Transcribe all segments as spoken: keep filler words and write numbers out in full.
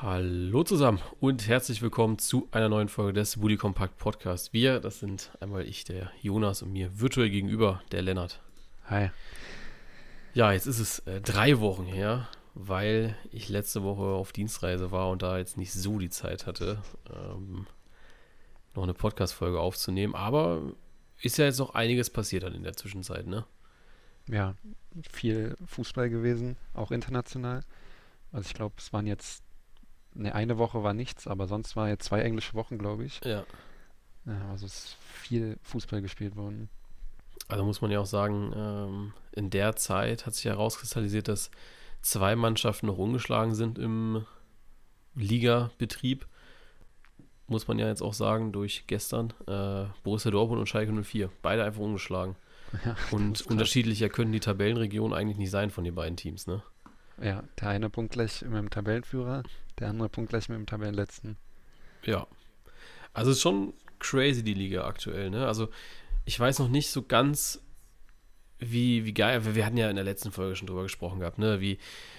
Hallo zusammen und herzlich willkommen zu einer neuen Folge des Bully Compact Podcast. Wir, das sind einmal ich, der Jonas, und mir virtuell gegenüber der Lennart. Hi. Ja, jetzt ist es äh, drei Wochen her, weil ich letzte Woche auf Dienstreise war und da jetzt nicht so die Zeit hatte, ähm, noch eine Podcast-Folge aufzunehmen. Aber ist ja jetzt noch einiges passiert dann in der Zwischenzeit, ne? Ja, viel Fußball gewesen, auch international. Also ich glaube, es waren jetzt, ne, eine Woche war nichts, aber sonst war jetzt zwei englische Wochen, glaube ich. Ja. Ja, also es ist viel Fußball gespielt worden. Also muss man ja auch sagen, ähm, in der Zeit hat sich herauskristallisiert, dass zwei Mannschaften noch ungeschlagen sind im Ligabetrieb. Muss man ja jetzt auch sagen, durch gestern. Äh, Borussia Dortmund und Schalke null vier. Beide einfach ungeschlagen. Ja, das Und ist krass. unterschiedlicher können die Tabellenregionen eigentlich nicht sein von den beiden Teams, ne? Ja, der eine Punkt gleich mit dem Tabellenführer, der andere Punkt gleich mit dem Tabellenletzten. Ja. Also es ist schon crazy, die Liga aktuell, ne? Also ich weiß noch nicht so ganz, wie, wie geil, wir hatten ja in der letzten Folge schon drüber gesprochen gehabt, ne? Wie,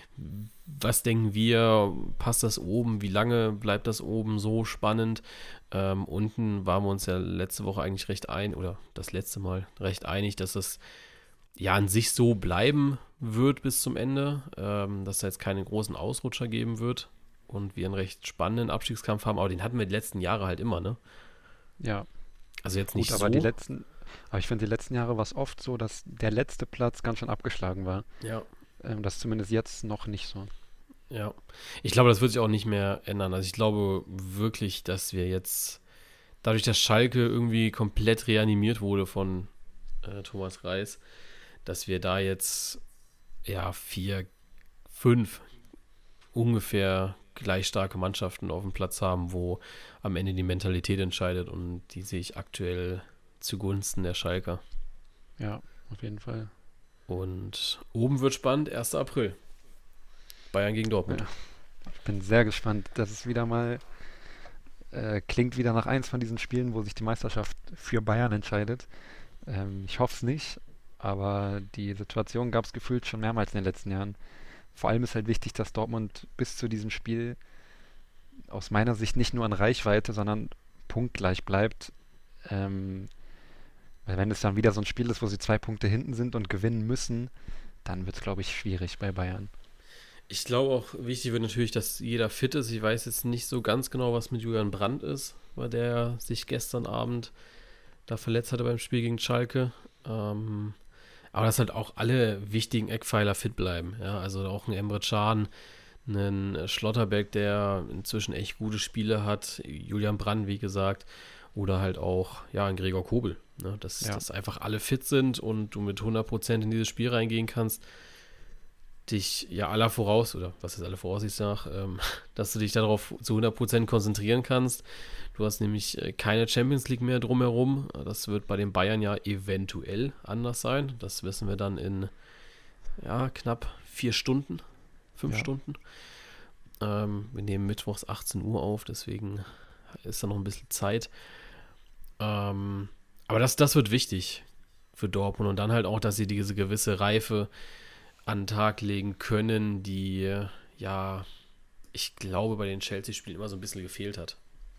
was denken wir, passt das oben, wie lange bleibt das oben so spannend? Ähm, unten waren wir uns ja letzte Woche eigentlich recht ein, oder das letzte Mal recht einig, dass das ja an sich so bleiben wird bis zum Ende, ähm, dass da jetzt keine großen Ausrutscher geben wird und wir einen recht spannenden Abstiegskampf haben, aber den hatten wir die letzten Jahre halt immer, ne? Ja, Also jetzt nicht gut, aber die so. letzten, aber ich finde, die letzten Jahre war es oft so, dass der letzte Platz ganz schön abgeschlagen war. Ja, Ähm, das ist zumindest jetzt noch nicht so. ja. Ich glaube, das wird sich auch nicht mehr ändern. Also ich glaube wirklich, dass wir jetzt, dadurch, dass Schalke irgendwie komplett reanimiert wurde von äh, Thomas Reis, dass wir da jetzt ja vier, fünf ungefähr gleich starke Mannschaften auf dem Platz haben, wo am Ende die Mentalität entscheidet und die sehe ich aktuell zugunsten der Schalker. Ja, auf jeden Fall. Und oben wird spannend, erster April. Bayern gegen Dortmund. Ja, ich bin sehr gespannt. Das ist wieder mal, äh, klingt wieder nach eins von diesen Spielen, wo sich die Meisterschaft für Bayern entscheidet. Ähm, ich hoffe es nicht, aber die Situation gab es gefühlt schon mehrmals in den letzten Jahren. Vor allem ist halt wichtig, dass Dortmund bis zu diesem Spiel aus meiner Sicht nicht nur an Reichweite, sondern punktgleich bleibt. Ähm, weil wenn es dann wieder so ein Spiel ist, wo sie zwei Punkte hinten sind und gewinnen müssen, dann wird es, glaube ich, schwierig bei Bayern. Ich glaube auch, wichtig wird natürlich, dass jeder fit ist. Ich weiß jetzt nicht so ganz genau, was mit Julian Brandt ist, weil der sich gestern Abend da verletzt hatte beim Spiel gegen Schalke. Ähm, aber dass halt auch alle wichtigen Eckpfeiler fit bleiben. Ja, also auch ein Emre Can, einen Schlotterbeck, der inzwischen echt gute Spiele hat, Julian Brandt, wie gesagt, oder halt auch ja, ein Gregor Kobel. Ne? Dass, Ja, dass einfach alle fit sind und du mit hundert Prozent in dieses Spiel reingehen kannst, dich ja aller voraus, oder was ist alle Voraussicht nach, ähm, dass du dich darauf zu hundert Prozent konzentrieren kannst. Du hast nämlich äh, keine Champions League mehr drumherum. Das wird bei den Bayern ja eventuell anders sein. Das wissen wir dann in ja, knapp vier Stunden, fünf ja, Stunden. Ähm, wir nehmen mittwochs achtzehn Uhr auf, deswegen ist da noch ein bisschen Zeit. Ähm, aber das, das wird wichtig für Dortmund und dann halt auch, dass sie diese gewisse Reife an den Tag legen können, die ja, ich glaube, bei den Chelsea-Spielen immer so ein bisschen gefehlt hat.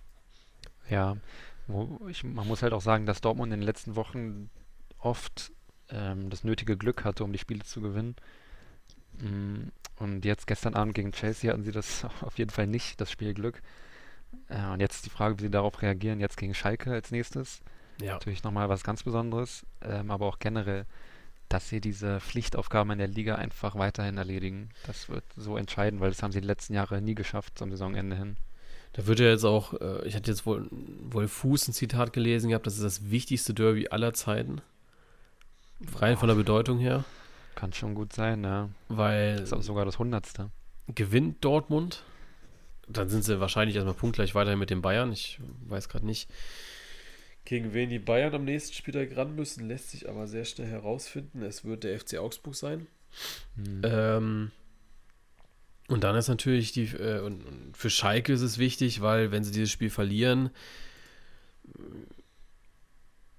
ja. Wo ich, man muss halt auch sagen, dass Dortmund in den letzten Wochen oft ähm, das nötige Glück hatte, um die Spiele zu gewinnen. Mm, Und jetzt gestern Abend gegen Chelsea hatten sie das auf jeden Fall nicht, das Spielglück. Äh, und jetzt die Frage, wie sie darauf reagieren, jetzt gegen Schalke als nächstes. Ja, Natürlich nochmal was ganz Besonderes, ähm, aber auch generell, dass sie diese Pflichtaufgaben in der Liga einfach weiterhin erledigen. Das wird so entscheidend, weil das haben sie die letzten Jahre nie geschafft zum Saisonende hin. da wird ja jetzt auch, äh, ich hatte jetzt wohl, wohl Fuß ein Zitat gelesen gehabt, das ist das wichtigste Derby aller Zeiten, rein Boah, von der Bedeutung her, kann schon gut sein, ja. weil Das ist auch sogar das Hundertste. gewinnt Dortmund, dann sind sie wahrscheinlich erstmal punktgleich weiterhin mit den Bayern. Ich weiß gerade nicht, gegen wen die Bayern am nächsten Spieltag ran müssen, lässt sich aber sehr schnell herausfinden. Es wird der F C Augsburg sein. Hm. Ähm, und dann ist natürlich die, äh, und, und für Schalke ist es wichtig, weil wenn sie dieses Spiel verlieren,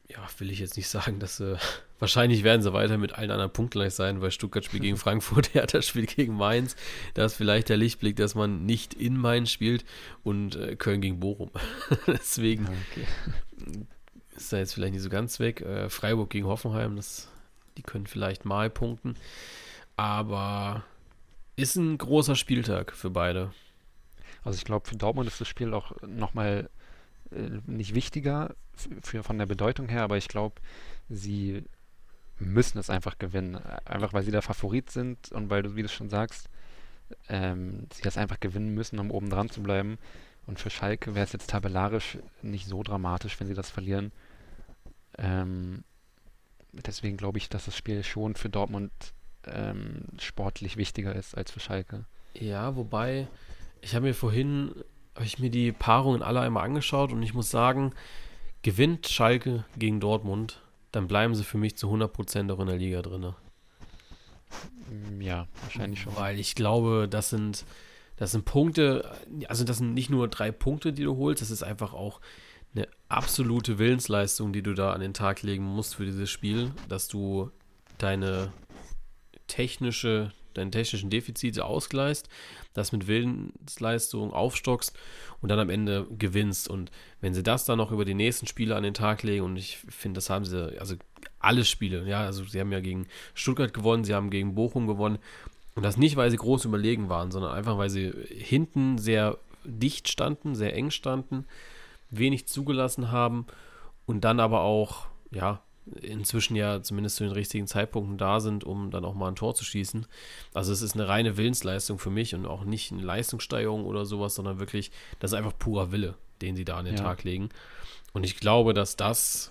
ja, will ich jetzt nicht sagen, dass sie, wahrscheinlich werden sie weiter mit allen anderen punktgleich sein, weil Stuttgart spielt gegen Frankfurt, Hertha spielt gegen Mainz. Da ist vielleicht der Lichtblick, dass man nicht in Mainz spielt und äh, Köln gegen Bochum. Deswegen Okay. ist er jetzt vielleicht nicht so ganz weg. Äh, Freiburg gegen Hoffenheim, das, die können vielleicht mal punkten. Aber ist ein großer Spieltag für beide. Also ich glaube, für Dortmund ist das Spiel auch nochmal äh, nicht wichtiger f- für, von der Bedeutung her, aber ich glaube, sie müssen es einfach gewinnen. Einfach weil sie der Favorit sind und weil du, wie du schon sagst, ähm, sie das einfach gewinnen müssen, um oben dran zu bleiben. Und für Schalke wäre es jetzt tabellarisch nicht so dramatisch, wenn sie das verlieren. Ähm, Deswegen glaube ich, dass das Spiel schon für Dortmund ähm, sportlich wichtiger ist als für Schalke. Ja, wobei, ich habe mir vorhin, habe ich mir die Paarungen alle einmal angeschaut und ich muss sagen, gewinnt Schalke gegen Dortmund, dann bleiben sie für mich zu hundert Prozent auch in der Liga drin. Mm, Ja, wahrscheinlich schon. Weil ich glaube, das sind, das sind Punkte, also das sind nicht nur drei Punkte, die du holst, das ist einfach auch eine absolute Willensleistung, die du da an den Tag legen musst für dieses Spiel, dass du deine technische, deine technischen Defizite ausgleichst, das mit Willensleistung aufstockst und dann am Ende gewinnst. Und wenn sie das dann noch über die nächsten Spiele an den Tag legen, und ich finde, das haben sie, also alle Spiele, ja, also sie haben ja gegen Stuttgart gewonnen, sie haben gegen Bochum gewonnen. Und das nicht, weil sie groß überlegen waren, sondern einfach, weil sie hinten sehr dicht standen, sehr eng standen, wenig zugelassen haben und dann aber auch, ja, inzwischen ja zumindest zu den richtigen Zeitpunkten da sind, um dann auch mal ein Tor zu schießen. Also es ist eine reine Willensleistung für mich und auch nicht eine Leistungssteigerung oder sowas, sondern wirklich, das ist einfach purer Wille, den sie da an den Ja. Tag legen. Und ich glaube, dass das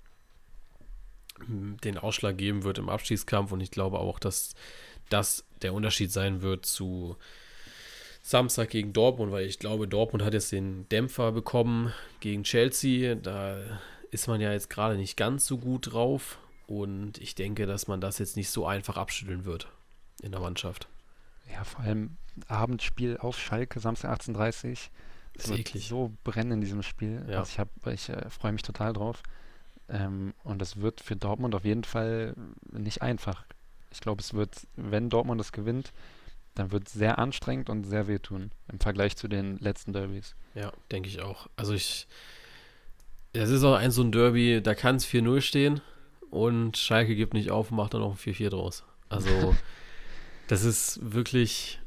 mm, den Ausschlag geben wird im Abstiegskampf und ich glaube auch, dass das der Unterschied sein wird zu Samstag gegen Dortmund, weil ich glaube, Dortmund hat jetzt den Dämpfer bekommen gegen Chelsea. Da ist man ja jetzt gerade nicht ganz so gut drauf. Und ich denke, dass man das jetzt nicht so einfach abschütteln wird in der Mannschaft. Ja, vor allem Abendspiel auf Schalke, Samstag achtzehn Uhr dreißig. Es Ist wird eklig. so brennen in diesem Spiel. Ja. Also ich hab, ich äh, freue mich total drauf. Ähm, und es wird für Dortmund auf jeden Fall nicht einfach. Ich glaube, es wird, wenn Dortmund das gewinnt, dann wird es sehr anstrengend und sehr wehtun im Vergleich zu den letzten Derbys. Ja, denke ich auch. Also ich, es ist auch ein so ein Derby, da kann es vier null stehen und Schalke gibt nicht auf und macht dann noch ein vier vier draus. Also das ist wirklich,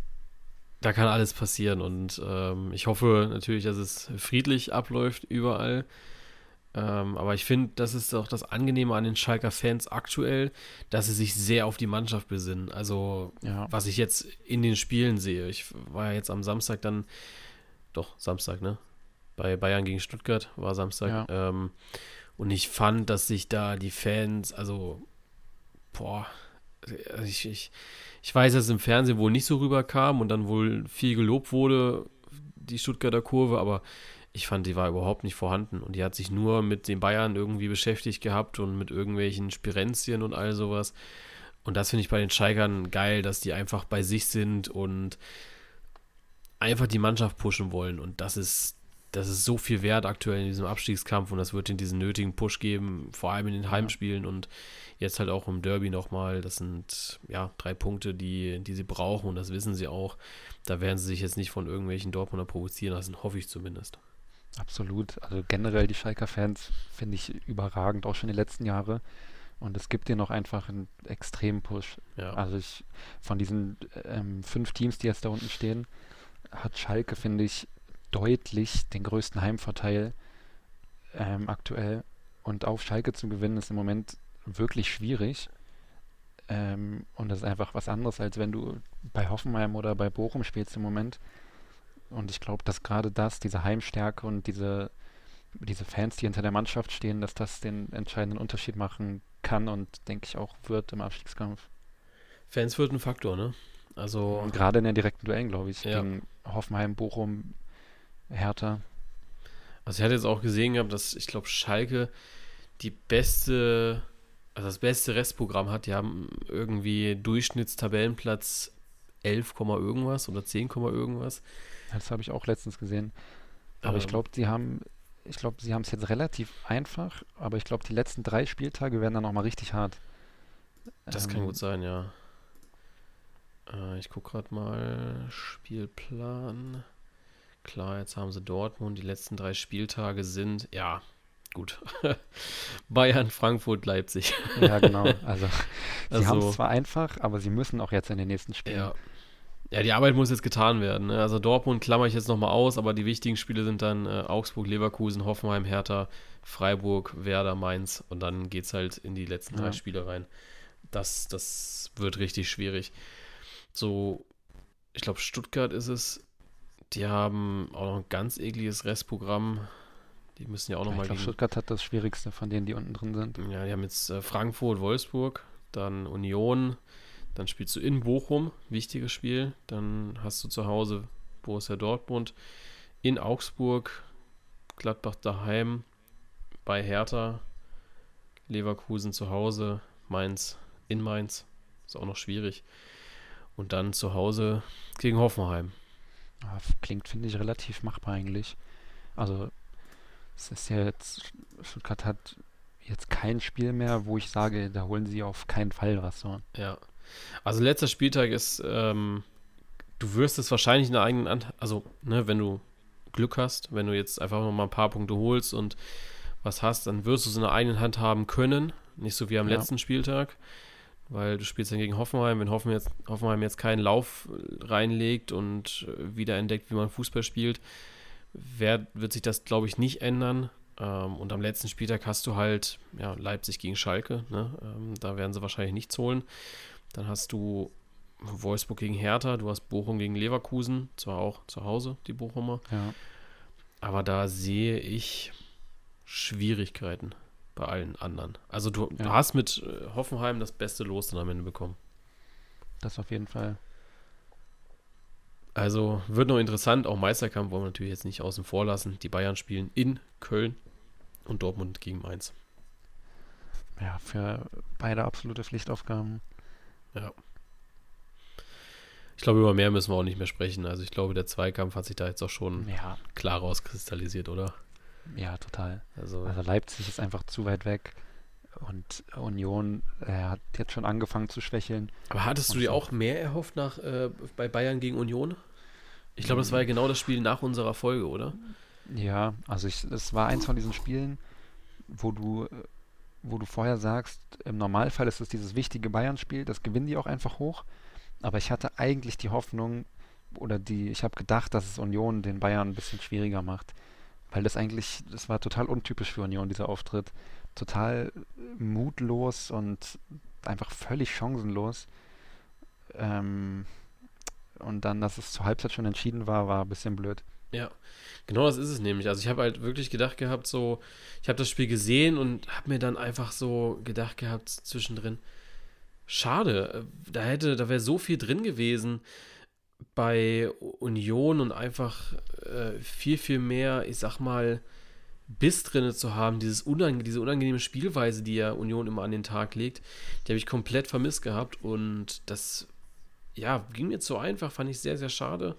da kann alles passieren und ähm, ich hoffe natürlich, dass es friedlich abläuft überall. Ähm, aber ich finde, das ist auch das Angenehme an den Schalker Fans aktuell, dass sie sich sehr auf die Mannschaft besinnen. Also, Ja, was ich jetzt in den Spielen sehe. Ich war ja jetzt am Samstag dann, doch, Samstag, ne? Bei Bayern gegen Stuttgart war Samstag. ja. Ähm, und ich fand, dass sich da die Fans, also, boah, also ich, ich, ich weiß, dass es im Fernsehen wohl nicht so rüberkam und dann wohl viel gelobt wurde, die Stuttgarter Kurve, aber ich fand, die war überhaupt nicht vorhanden und die hat sich nur mit den Bayern irgendwie beschäftigt gehabt und mit irgendwelchen Spirenzien und all sowas. Und das finde ich bei den Schalkern geil, dass die einfach bei sich sind und einfach die Mannschaft pushen wollen. Und das ist, das ist so viel wert aktuell in diesem Abstiegskampf und das wird ihnen diesen nötigen Push geben, vor allem in den Heimspielen und jetzt halt auch im Derby nochmal. Das sind ja drei Punkte, die, die sie brauchen und das wissen sie auch. Da werden sie sich jetzt nicht von irgendwelchen Dortmunder provozieren lassen, hoffe ich zumindest. Absolut. Also generell die Schalker Fans finde ich überragend, auch schon die letzten Jahre. Und es gibt dir noch einfach einen extremen Push. Ja, Also ich, von diesen ähm, fünf Teams, die jetzt da unten stehen, hat Schalke, finde ich, deutlich den größten Heimvorteil ähm, aktuell. Und auf Schalke zu gewinnen ist im Moment wirklich schwierig. Ähm, und das ist einfach was anderes, als wenn du bei Hoffenheim oder bei Bochum spielst im Moment. Und ich glaube, dass gerade das, diese Heimstärke und diese, diese Fans, die hinter der Mannschaft stehen, dass das den entscheidenden Unterschied machen kann und denke ich auch wird im Abstiegskampf. Fans wird ein Faktor, ne? Also, Und gerade in den direkten Duellen, glaube ich, ja. gegen Hoffenheim, Bochum, Hertha. Also ich hatte jetzt auch gesehen gehabt, dass ich glaube Schalke die beste, also das beste Restprogramm hat. Die haben irgendwie Durchschnittstabellenplatz elf, irgendwas oder zehn, irgendwas. Das habe ich auch letztens gesehen. Aber ich Ähm, glaube, sie haben ich glaube, sie haben es jetzt relativ einfach, aber ich glaube, die letzten drei Spieltage werden dann nochmal richtig hart. Das kann Ähm, gut sein, ja. Äh, ich gucke gerade mal. Spielplan. Klar, jetzt haben sie Dortmund. Die letzten drei Spieltage sind, ja, gut. Bayern, Frankfurt, Leipzig. ja, genau. Also sie haben es Also, zwar einfach, aber sie müssen auch jetzt in den nächsten Spielen. ja. Ja, die Arbeit muss jetzt getan werden. Ne? Also Dortmund klammer ich jetzt nochmal aus, aber die wichtigen Spiele sind dann äh, Augsburg, Leverkusen, Hoffenheim, Hertha, Freiburg, Werder, Mainz und dann geht es halt in die letzten drei Ja, Spiele rein. Das, das wird richtig schwierig. So, ich glaube, Stuttgart ist es. Die haben auch noch ein ganz ekliges Restprogramm. Die müssen ja auch ja ich nochmal glaube, gegen. Stuttgart hat das Schwierigste von denen, die unten drin sind. Ja, die haben jetzt äh, Frankfurt, Wolfsburg, dann Union, dann spielst du in Bochum, wichtiges Spiel. Dann hast du zu Hause Borussia Dortmund, in Augsburg, Gladbach daheim, bei Hertha, Leverkusen zu Hause, Mainz in Mainz. Ist auch noch schwierig. Und dann zu Hause gegen Hoffenheim. Ah, klingt, finde ich, relativ machbar eigentlich. Also es ist ja jetzt, Stuttgart hat jetzt kein Spiel mehr, wo ich sage, da holen sie auf keinen Fall was. So. Ja. Also letzter Spieltag ist, ähm, du wirst es wahrscheinlich in der eigenen Hand, also, ne, wenn du Glück hast, wenn du jetzt einfach noch mal ein paar Punkte holst und was hast, dann wirst du es in der eigenen Hand haben können. Nicht so wie am Ja, letzten Spieltag, weil du spielst dann gegen Hoffenheim. Wenn Hoffenheim jetzt, Hoffenheim jetzt keinen Lauf reinlegt und äh, wieder entdeckt, wie man Fußball spielt, wer, wird sich das, glaube ich, nicht ändern. Ähm, und am letzten Spieltag hast du halt ja, Leipzig gegen Schalke. Ne? Ähm, da werden sie wahrscheinlich nichts holen. Dann hast du Wolfsburg gegen Hertha, du hast Bochum gegen Leverkusen, zwar auch zu Hause, die Bochumer, ja, aber da sehe ich Schwierigkeiten bei allen anderen. Also du, du ja, hast mit äh, Hoffenheim das beste Los dann am Ende bekommen. das auf jeden Fall. Also wird noch interessant, auch Meisterkampf wollen wir natürlich jetzt nicht außen vor lassen. Die Bayern spielen in Köln und Dortmund gegen Mainz. Ja, für beide absolute Pflichtaufgaben. Ja. Ich glaube, über mehr müssen wir auch nicht mehr sprechen. Also ich glaube, der Zweikampf hat sich da jetzt auch schon Ja, klar rauskristallisiert, oder? ja, total. Also, Also Leipzig ist einfach zu weit weg und Union äh, hat jetzt schon angefangen zu schwächeln. aber hattest du Und dir so, auch mehr erhofft nach, äh, bei Bayern gegen Union? Ich glaube, das war mm, ja genau das Spiel nach unserer Folge, oder? ja, also ich, es war eins von diesen Spielen, wo du, äh, wo du vorher sagst, im Normalfall ist es dieses wichtige Bayern-Spiel, das gewinnen die auch einfach hoch. Aber ich hatte eigentlich die Hoffnung oder die, ich habe gedacht, dass es Union den Bayern ein bisschen schwieriger macht. Weil das eigentlich, das war total untypisch für Union, dieser Auftritt. Total äh, mutlos und einfach völlig chancenlos. Ähm, und dann, dass es zur Halbzeit schon entschieden war, war ein bisschen blöd. Ja, genau das ist es nämlich. Also ich habe halt wirklich gedacht gehabt, so, ich habe das Spiel gesehen und habe mir dann einfach so gedacht gehabt zwischendrin, schade, äh, da hätte, da wäre so viel drin gewesen bei Union und einfach äh, viel, viel mehr, ich sag mal, Biss drinne zu haben, dieses unange diese unangenehme Spielweise, die ja Union immer an den Tag legt, die habe ich komplett vermisst gehabt und das, ja, ging mir zu einfach, fand ich sehr, sehr schade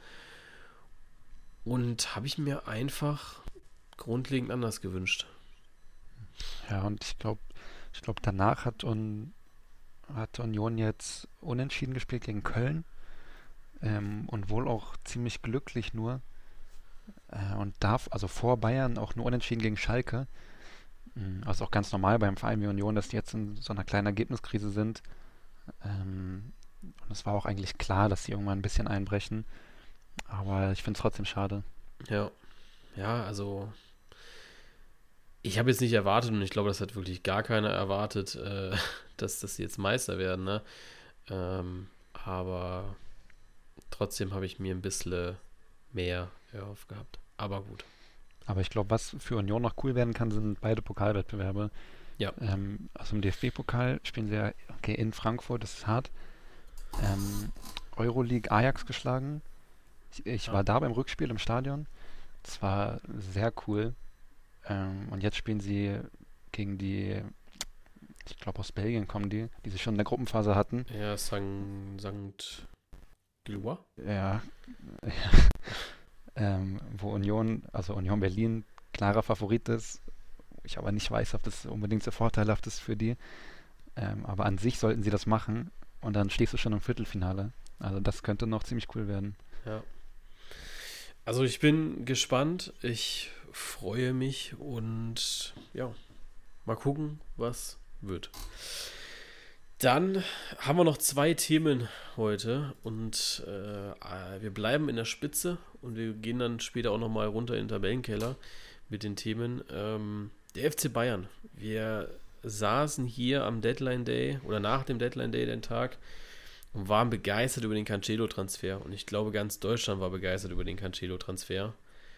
und habe ich mir einfach grundlegend anders gewünscht. Ja, und ich glaube, ich glaube, danach hat, Un, hat Union jetzt unentschieden gespielt gegen Köln. Ähm, und wohl auch ziemlich glücklich nur. Äh, und darf, also vor Bayern auch nur unentschieden gegen Schalke. Mm, Also auch ganz normal beim Verein wie Union, dass die jetzt in so einer kleinen Ergebniskrise sind. Ähm, und es war auch eigentlich klar, dass sie irgendwann ein bisschen einbrechen. Aber ich finde es trotzdem schade. Ja, ja, also ich habe jetzt nicht erwartet und ich glaube, das hat wirklich gar keiner erwartet, äh, dass, dass sie jetzt Meister werden, ne? Ähm, aber trotzdem habe ich mir ein bisschen mehr erhofft gehabt. Aber gut. Aber ich glaube, was für Union noch cool werden kann, sind beide Pokalwettbewerbe. Ja, Ähm, also im D F B-Pokal spielen sie ja, okay, in Frankfurt, das ist hart. Ähm, Euroleague Ajax geschlagen. Ich, ich ja, war da beim Rückspiel im Stadion. Das war sehr cool. Ähm, und jetzt spielen sie gegen die, ich glaube aus Belgien kommen die, die sie schon in der Gruppenphase hatten. ja Sang, Sankt Gilloise? Ja, ähm, wo Union, also Union Berlin, klarer Favorit ist. Ich aber nicht weiß, ob das unbedingt so vorteilhaft ist für die. Ähm, aber an sich sollten sie das machen und dann stehst du schon im Viertelfinale. Also das könnte noch ziemlich cool werden. Ja. Also ich bin gespannt, ich freue mich und ja, mal gucken, was wird. Dann haben wir noch zwei Themen heute und äh, wir bleiben in der Spitze und wir gehen dann später auch nochmal runter in den Tabellenkeller mit den Themen. Ähm, der F C Bayern. Wir saßen hier am Deadline Day oder nach dem Deadline Day den Tag und waren begeistert über den Cancelo-Transfer. Und ich glaube, ganz Deutschland war begeistert über den Cancelo-Transfer.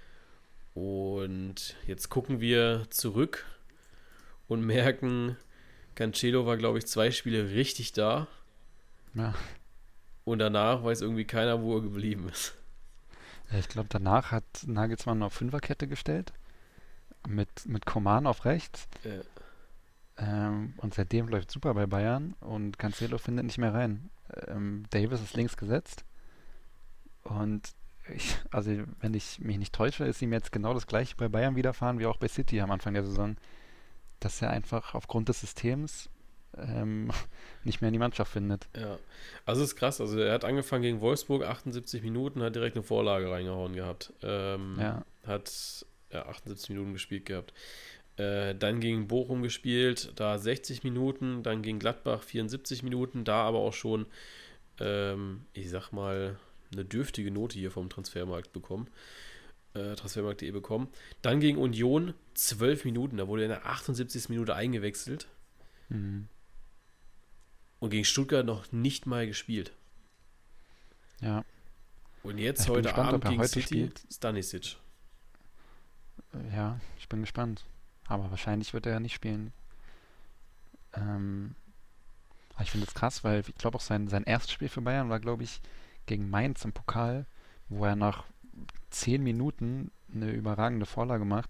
Und jetzt gucken wir zurück und merken, Cancelo war, glaube ich, zwei Spiele richtig da. Ja. Und danach weiß irgendwie keiner, wo er geblieben ist. Ich glaube, danach hat Nagelsmann auf Fünferkette gestellt. Mit, mit Coman auf rechts. Ja. Ähm, und seitdem läuft super bei Bayern. Und Cancelo findet nicht mehr rein. Ähm, Davis ist links gesetzt. Und ich, also wenn ich mich nicht täusche, ist ihm jetzt genau das gleiche bei Bayern widerfahren wie auch bei City am Anfang der Saison. Dass er einfach aufgrund des Systems ähm, nicht mehr in die Mannschaft findet. Ja, also ist krass. Also er hat angefangen gegen Wolfsburg, achtundsiebzig Minuten, hat direkt eine Vorlage reingehauen gehabt. Ähm, Ja. Hat ja, achtundsiebzig Minuten gespielt gehabt. Äh, dann gegen Bochum gespielt, da sechzig Minuten, dann gegen Gladbach vierundsiebzig Minuten, da aber auch schon, ähm, ich sag mal, eine dürftige Note hier vom Transfermarkt bekommen. Äh, Transfermarkt punkt de bekommen. Dann gegen Union zwölf Minuten, da wurde er in der achtundsiebzigsten Minute eingewechselt. Mhm. Und gegen Stuttgart noch nicht mal gespielt. Ja. Und jetzt Ich bin heute gespannt, Abend ob er gegen heute City spielt. Stanisic. Ja, ich bin gespannt. Aber wahrscheinlich wird er ja nicht spielen. Ähm, aber ich finde es krass, weil ich glaube auch sein, sein erstes Spiel für Bayern war, glaube ich, gegen Mainz im Pokal, wo er nach zehn Minuten eine überragende Vorlage macht.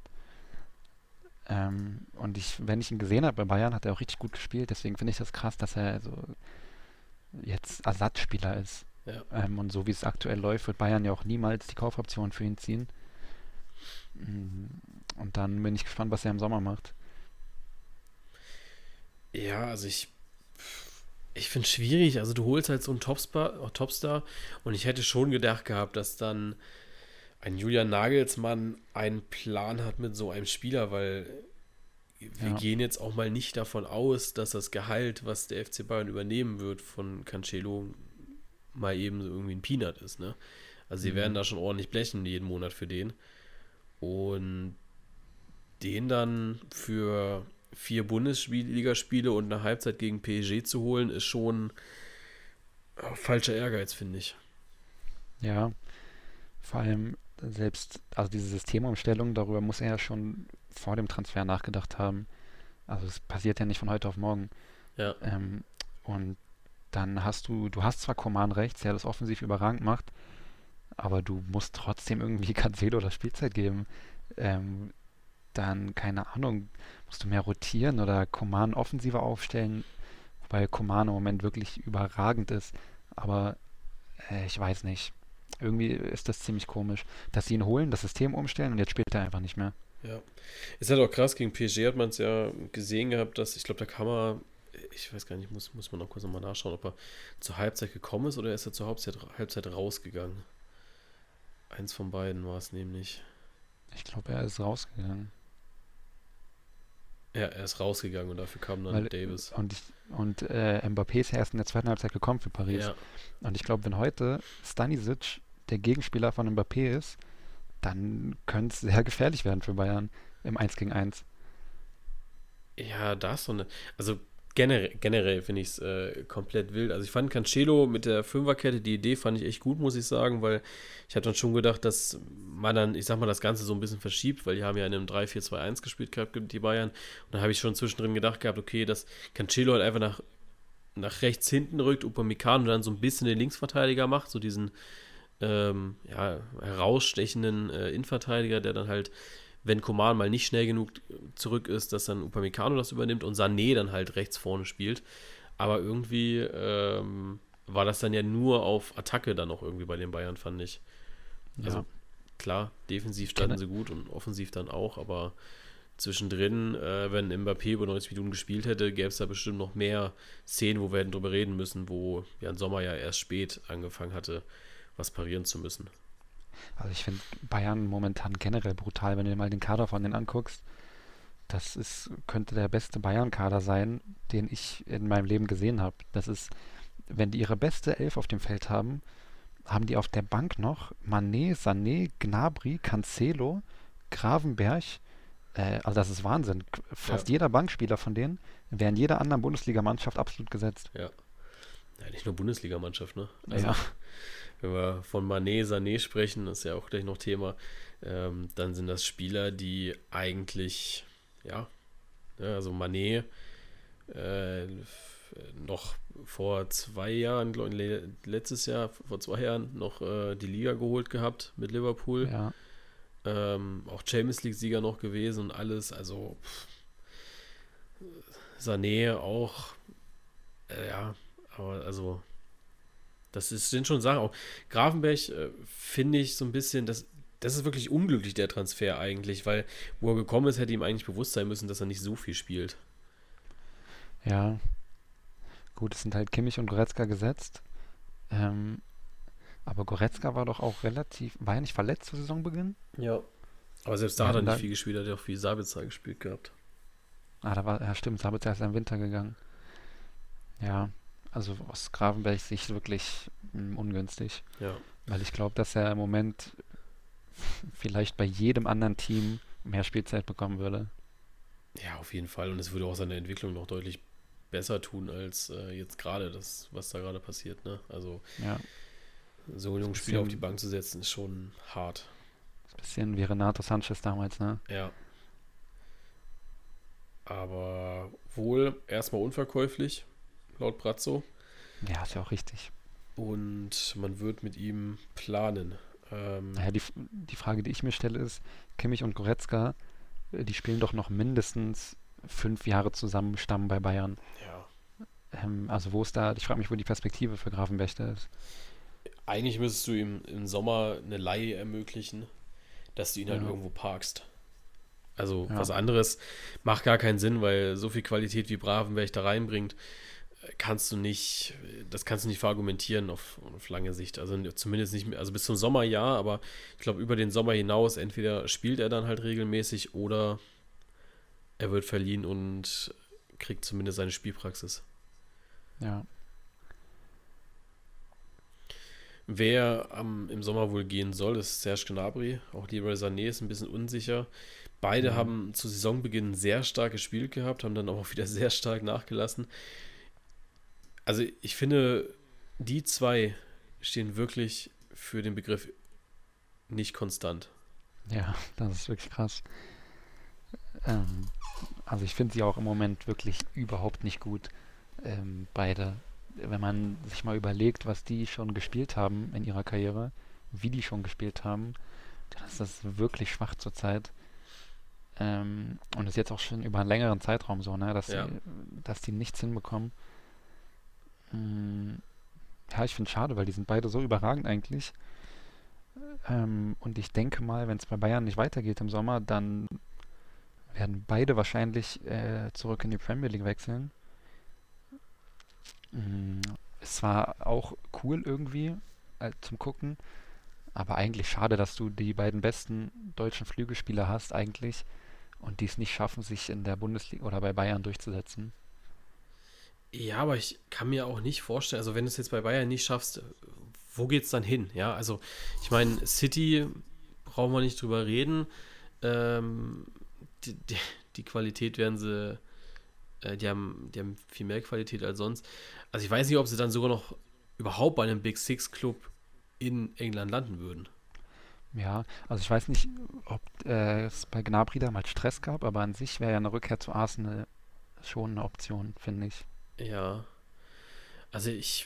Ähm, und ich, wenn ich ihn gesehen habe bei Bayern, hat er auch richtig gut gespielt. Deswegen finde ich das krass, dass er so jetzt Ersatzspieler ist. Ja. Ähm, und so wie es aktuell läuft, wird Bayern ja auch niemals die Kaufoption für ihn ziehen. Und dann bin ich gespannt, was er im Sommer macht. Ja, also ich, ich finde es schwierig. Also du holst halt so einen Topstar, Topstar und ich hätte schon gedacht gehabt, dass dann ein Julian Nagelsmann einen Plan hat mit so einem Spieler, weil wir Ja. gehen jetzt auch mal nicht davon aus, dass das Gehalt, was der F C Bayern übernehmen wird von Cancelo, mal eben so irgendwie ein Peanut ist, ne? Also sie Mhm. werden da schon ordentlich blechen jeden Monat für den. Und den dann für vier Bundesligaspiele und eine Halbzeit gegen P S G zu holen, ist schon äh, falscher Ehrgeiz, finde ich. Ja, vor allem selbst, also diese Systemumstellung, darüber muss er ja schon vor dem Transfer nachgedacht haben. Also es passiert ja nicht von heute auf morgen. Ja, Ähm, und dann hast du, du hast zwar Coman rechts, der das offensiv überragend macht, aber du musst trotzdem irgendwie Cancelo das Spielzeit geben. Ähm, dann, keine Ahnung, musst du mehr rotieren oder Coman offensiver aufstellen, wobei Coman im Moment wirklich überragend ist. Aber äh, ich weiß nicht. Irgendwie ist das ziemlich komisch, dass sie ihn holen, das System umstellen und jetzt spielt er einfach nicht mehr. ja. Ist halt auch krass, gegen P S G hat man es ja gesehen gehabt, dass, ich glaube, da kann man, ich weiß gar nicht, muss, muss man noch kurz nochmal nachschauen, ob er zur Halbzeit gekommen ist oder ist er zur Halbzeit, Halbzeit rausgegangen. Eins von beiden war es nämlich. Ich glaube, er ist rausgegangen. Ja, er ist rausgegangen und dafür kam dann Weil, Davis. und ich, und äh, Mbappé ist ja erst in der zweiten Halbzeit gekommen für Paris. Ja, Und ich glaube, wenn heute Stanisic der Gegenspieler von Mbappé ist, dann könnte es sehr gefährlich werden für Bayern im eins gegen eins. ja, das so eine. Also generell, generell finde ich es äh, komplett wild. Also ich fand Cancelo mit der Fünferkette, die Idee fand ich echt gut, muss ich sagen, weil ich habe dann schon gedacht, dass man dann, ich sag mal, das Ganze so ein bisschen verschiebt, weil die haben ja in einem drei vier zwei eins gespielt gehabt, die Bayern. Und da habe ich schon zwischendrin gedacht gehabt, okay, dass Cancelo halt einfach nach, nach rechts hinten rückt, Upamecano dann so ein bisschen den Linksverteidiger macht, so diesen ähm, ja, herausstechenden äh, Innenverteidiger, der dann halt, wenn Coman mal nicht schnell genug zurück ist, dass dann Upamecano das übernimmt und Sané dann halt rechts vorne spielt. Aber irgendwie ähm, war das dann ja nur auf Attacke dann auch irgendwie bei den Bayern, fand ich. Also Ja. klar, defensiv standen sie gut und offensiv dann auch, aber zwischendrin, äh, wenn Mbappé über neunzig Minuten gespielt hätte, gäbe es da bestimmt noch mehr Szenen, wo wir hätten drüber reden müssen, wo Jan Sommer ja erst spät angefangen hatte, was parieren zu müssen. Also ich finde Bayern momentan generell brutal, wenn du dir mal den Kader von denen anguckst. Das ist, könnte der beste Bayern-Kader sein, den ich in meinem Leben gesehen habe. Das ist, wenn die ihre beste Elf auf dem Feld haben, haben die auf der Bank noch Mané, Sané, Gnabry, Cancelo, Gravenberch. Äh, also das ist Wahnsinn. Fast Ja. jeder Bankspieler von denen wäre in jeder anderen Bundesligamannschaft absolut gesetzt. Ja. Ja, nicht nur Bundesligamannschaft, ne? Also, Ja, wenn wir von Mané, Sané sprechen, das ist ja auch gleich noch Thema, ähm, dann sind das Spieler, die eigentlich, ja, ja also Mané äh, noch vor zwei Jahren, glaub ich, letztes Jahr, vor zwei Jahren noch äh, die Liga geholt gehabt mit Liverpool. ja. Ähm, auch Champions League-Sieger noch gewesen und alles. Also pff, Sané auch, äh, ja, aber also das ist, sind schon Sachen. Auch Gravenberch äh, finde ich so ein bisschen, das, das ist wirklich unglücklich, der Transfer eigentlich, weil wo er gekommen ist, hätte ihm eigentlich bewusst sein müssen, dass er nicht so viel spielt. Ja, gut, es sind halt Kimmich und Goretzka gesetzt. Ähm, aber Goretzka war doch auch relativ, war er nicht verletzt zu Saisonbeginn? Ja. Aber selbst da Ja, hat er dann nicht da, viel gespielt, er hat ja auch viel Sabitzer gespielt gehabt. ah, da war, ja stimmt, Sabitzer ist ja im Winter gegangen. Ja, also aus Gravenbergs Sicht wirklich mh, ungünstig, Ja. weil ich glaube, dass er im Moment vielleicht bei jedem anderen Team mehr Spielzeit bekommen würde. Ja, auf jeden Fall. Und es würde auch seine Entwicklung noch deutlich besser tun als äh, jetzt gerade das, was da gerade passiert. Ne? Also Ja, so einen jungen Spieler auf die bisschen, Bank zu setzen, ist schon hart. bisschen wie Renato Sanchez damals, ne? Ja, aber wohl erstmal unverkäuflich, laut Brazzo. Ja, ist ja auch richtig. Und man wird mit ihm planen. Ähm, Naja, die, die Frage, die ich mir stelle, ist, Kimmich und Goretzka, äh, die spielen doch noch mindestens fünf Jahre zusammen, Stamm bei Bayern. ja, Ähm, also wo ist da, ich frage mich, wo die Perspektive für Grafenberch da ist. eigentlich müsstest du ihm im Sommer eine Leihe ermöglichen, dass du ihn halt Ja, irgendwo parkst. Also ja, was anderes macht gar keinen Sinn, weil so viel Qualität wie Bravenberg da reinbringt, kannst du nicht, das kannst du nicht verargumentieren auf, auf lange Sicht. Also zumindest nicht mehr, also bis zum Sommer ja, aber ich glaube über den Sommer hinaus, entweder spielt er dann halt regelmäßig oder er wird verliehen und kriegt zumindest seine Spielpraxis. ja. Wer am, im Sommer wohl gehen soll, ist Serge Gnabry. Auch Leroy Sané ist ein bisschen unsicher. Beide Mhm. haben zu Saisonbeginn sehr stark gespielt gehabt, haben dann auch wieder sehr stark nachgelassen. Also ich finde, die zwei stehen wirklich für den Begriff nicht konstant. Ja, das ist wirklich krass. Ähm, also ich finde sie auch im Moment wirklich überhaupt nicht gut, ähm, beide. Wenn man sich mal überlegt, was die schon gespielt haben in ihrer Karriere, wie die schon gespielt haben, dann ist das wirklich schwach zurzeit. Ähm, und ist jetzt auch schon über einen längeren Zeitraum so, ne, dass sie, Ja, dass die nichts hinbekommen. Mm, ja, ich finde es schade, weil die sind beide so überragend eigentlich. Ähm, und ich denke mal, wenn es bei Bayern nicht weitergeht im Sommer, dann werden beide wahrscheinlich äh, zurück in die Premier League wechseln. Mm, es war auch cool irgendwie äh, zum Gucken, aber eigentlich schade, dass du die beiden besten deutschen Flügelspieler hast eigentlich und die es nicht schaffen, sich in der Bundesliga oder bei Bayern durchzusetzen. ja, aber ich kann mir auch nicht vorstellen, also wenn du es jetzt bei Bayern nicht schaffst, wo geht's dann hin? Ja, also ich meine, City brauchen wir nicht drüber reden. Ähm, die, die, die Qualität werden sie, äh, die haben, die haben viel mehr Qualität als sonst. Also ich weiß nicht, ob sie dann sogar noch überhaupt bei einem Big Six Club in England landen würden. Ja, also ich weiß nicht, ob äh, es bei Gnabry damals Stress gab, aber an sich wäre ja eine Rückkehr zu Arsenal schon eine Option, finde ich. Ja, also ich,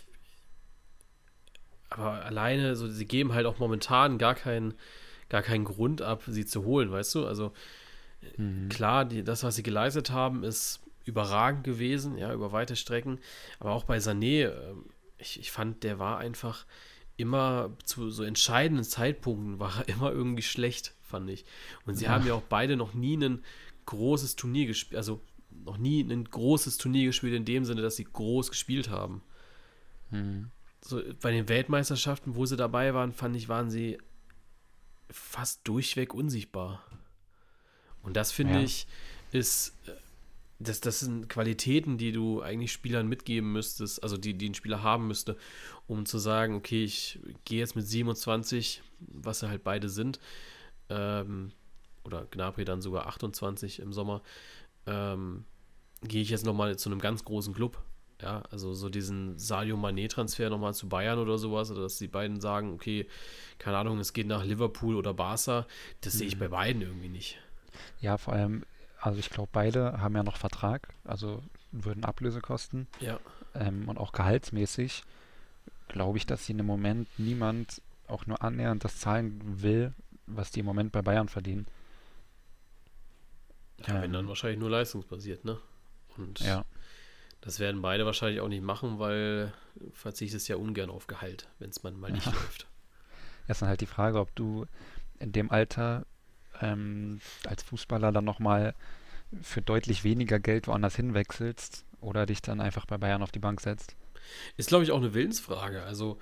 aber alleine, so, sie geben halt auch momentan gar keinen, gar keinen Grund ab, sie zu holen, weißt du? Also Mhm. klar, die, das, was sie geleistet haben, ist überragend gewesen, ja, über weite Strecken. Aber auch bei Sané, ähm, ich, ich fand, der war einfach immer zu so entscheidenden Zeitpunkten war er immer irgendwie schlecht, fand ich. Und sie Ja. haben ja auch beide noch nie ein großes Turnier gespielt, also noch nie ein großes Turnier gespielt in dem Sinne, dass sie groß gespielt haben. Hm. So bei den Weltmeisterschaften, wo sie dabei waren, fand ich, waren sie fast durchweg unsichtbar. Und das finde Ja. ich, ist, äh, das, das sind Qualitäten, die du eigentlich Spielern mitgeben müsstest, also die, die ein Spieler haben müsste, um zu sagen, okay, ich gehe jetzt mit siebenundzwanzig, was sie halt beide sind, ähm, oder Gnabry dann sogar achtundzwanzig im Sommer, ähm, gehe ich jetzt nochmal zu einem ganz großen Club. Ja, also so diesen Sadio Mané-Transfer nochmal zu Bayern oder sowas, oder dass die beiden sagen, okay, keine Ahnung, es geht nach Liverpool oder Barca, das sehe ich bei Hm. beiden irgendwie nicht. Ja, vor allem, also ich glaube, beide haben ja noch Vertrag, also würden Ablöse kosten. Ja, Ähm, und auch gehaltsmäßig glaube ich, dass sie im Moment niemand auch nur annähernd das zahlen will, was die im Moment bei Bayern verdienen. ja, wenn dann Ähm, wahrscheinlich nur leistungsbasiert, ne? Und ja, das werden beide wahrscheinlich auch nicht machen, weil verzichtest ja ungern auf Gehalt, wenn es mal nicht ja. läuft. Ist dann halt die Frage, ob du in dem Alter ähm, als Fußballer dann nochmal für deutlich weniger Geld woanders hinwechselst oder dich dann einfach bei Bayern auf die Bank setzt. Ist, glaube ich, auch eine Willensfrage. Also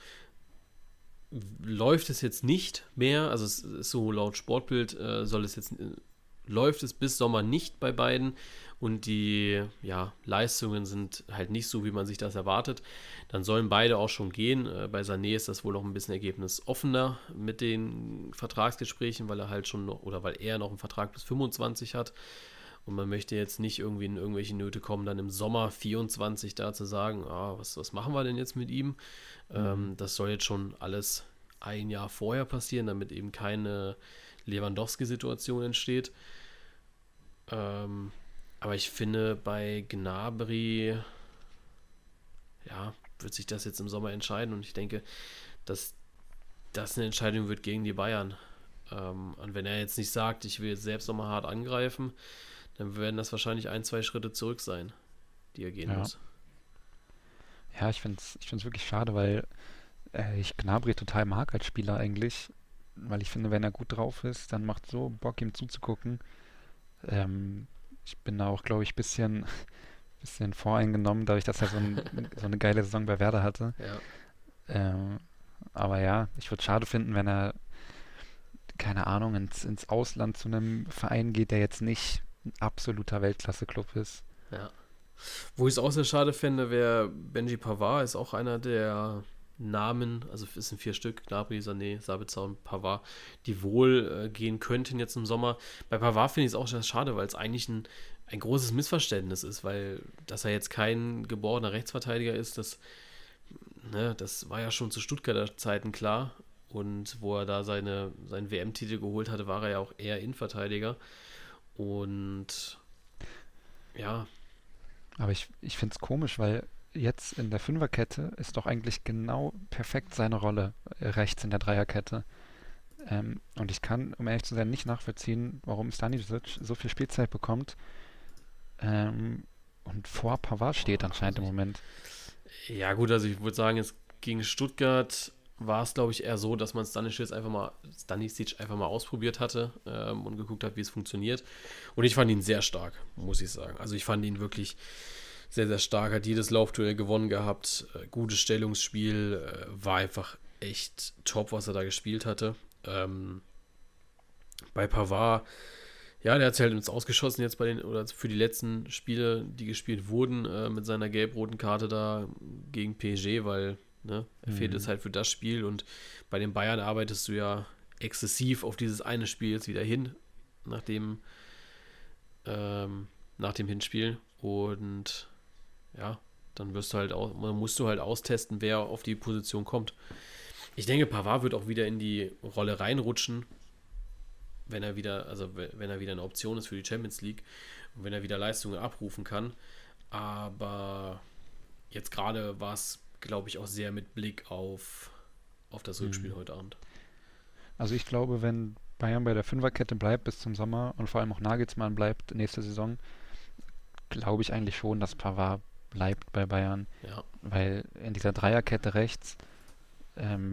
läuft es jetzt nicht mehr, also es ist so laut Sportbild, äh, soll es jetzt, äh, läuft es bis Sommer nicht bei beiden und die ja, Leistungen sind halt nicht so, wie man sich das erwartet, dann sollen beide auch schon gehen. Äh, bei Sané ist das wohl noch ein bisschen ergebnisoffener mit den Vertragsgesprächen, weil er halt schon noch, oder weil er noch einen Vertrag bis fünfundzwanzig hat. Und man möchte jetzt nicht irgendwie in irgendwelche Nöte kommen, dann im Sommer vierundzwanzig da zu sagen, ah, was, was machen wir denn jetzt mit ihm? Mhm. Ähm, das soll jetzt schon alles ein Jahr vorher passieren, damit eben keine Lewandowski-Situation entsteht. Ähm, aber ich finde, bei Gnabry, ja, wird sich das jetzt im Sommer entscheiden und ich denke, dass das eine Entscheidung wird gegen die Bayern. Ähm, und wenn er jetzt nicht sagt, ich will jetzt selbst nochmal hart angreifen, dann werden das wahrscheinlich ein, zwei Schritte zurück sein, die er gehen Ja, muss. ja, ich finde es ich find's wirklich schade, weil äh, ich Gnabry total mag als Spieler eigentlich, weil ich finde, wenn er gut drauf ist, dann macht so Bock, ihm zuzugucken. Ähm, ich bin da auch, glaube ich, bisschen, bisschen voreingenommen, dadurch, dass er so, ein, so eine geile Saison bei Werder hatte. Ja. Ähm, aber ja, ich würde es schade finden, wenn er, keine Ahnung, ins, ins Ausland zu einem Verein geht, der jetzt nicht ein absoluter Weltklasse-Club ist. Ja. Wo ich es auch sehr schade fände, wäre Benji Pavard, ist auch einer der Namen, also es sind vier Stück, Gnabry, Sané, Sabitzer und Pavard, die wohl äh, gehen könnten jetzt im Sommer. Bei Pavard finde ich es auch sehr schade, weil es eigentlich ein, ein großes Missverständnis ist, weil dass er jetzt kein geborener Rechtsverteidiger ist, das, ne, das war ja schon zu Stuttgarter Zeiten klar. Und wo er da seine, seinen W M-Titel geholt hatte, war er ja auch eher Innenverteidiger. Und ja, Aber ich, ich finde es komisch, weil jetzt in der Fünferkette ist doch eigentlich genau perfekt seine Rolle äh, rechts in der Dreierkette. Ähm, und ich kann, um ehrlich zu sein, nicht nachvollziehen, warum Stanisic so viel Spielzeit bekommt ähm, und vor Pavard steht anscheinend im Moment. ja, gut, also ich würde sagen, jetzt gegen Stuttgart war es, glaube ich, eher so, dass man Stanisic einfach mal, Stanisic einfach mal ausprobiert hatte ähm, und geguckt hat, wie es funktioniert. Und ich fand ihn sehr stark, muss ich sagen. Also ich fand ihn wirklich sehr, sehr stark, hat jedes Laufduell gewonnen gehabt, äh, gutes Stellungsspiel, äh, war einfach echt top, was er da gespielt hatte. Ähm, bei Pavard, ja, der hat es halt ins Ausgeschossen jetzt bei den, oder für die letzten Spiele, die gespielt wurden, äh, mit seiner gelb-roten Karte da gegen P S G, weil, ne, er fehlt jetzt Hm. halt für das Spiel und bei den Bayern arbeitest du ja exzessiv auf dieses eine Spiel jetzt wieder hin, nach dem, ähm, nach dem Hinspiel und ja, dann wirst du halt auch, musst du halt austesten, wer auf die Position kommt. Ich denke, Pavard wird auch wieder in die Rolle reinrutschen, wenn er wieder, also wenn er wieder eine Option ist für die Champions League und wenn er wieder Leistungen abrufen kann. Aber jetzt gerade war es, glaube ich, auch sehr mit Blick auf, auf das Rückspiel Hm. heute Abend. Also ich glaube, wenn Bayern bei der Fünferkette bleibt bis zum Sommer und vor allem auch Nagelsmann bleibt nächste Saison, glaube ich eigentlich schon, dass Pavard bleibt bei Bayern, Ja, weil in dieser Dreierkette rechts, ähm,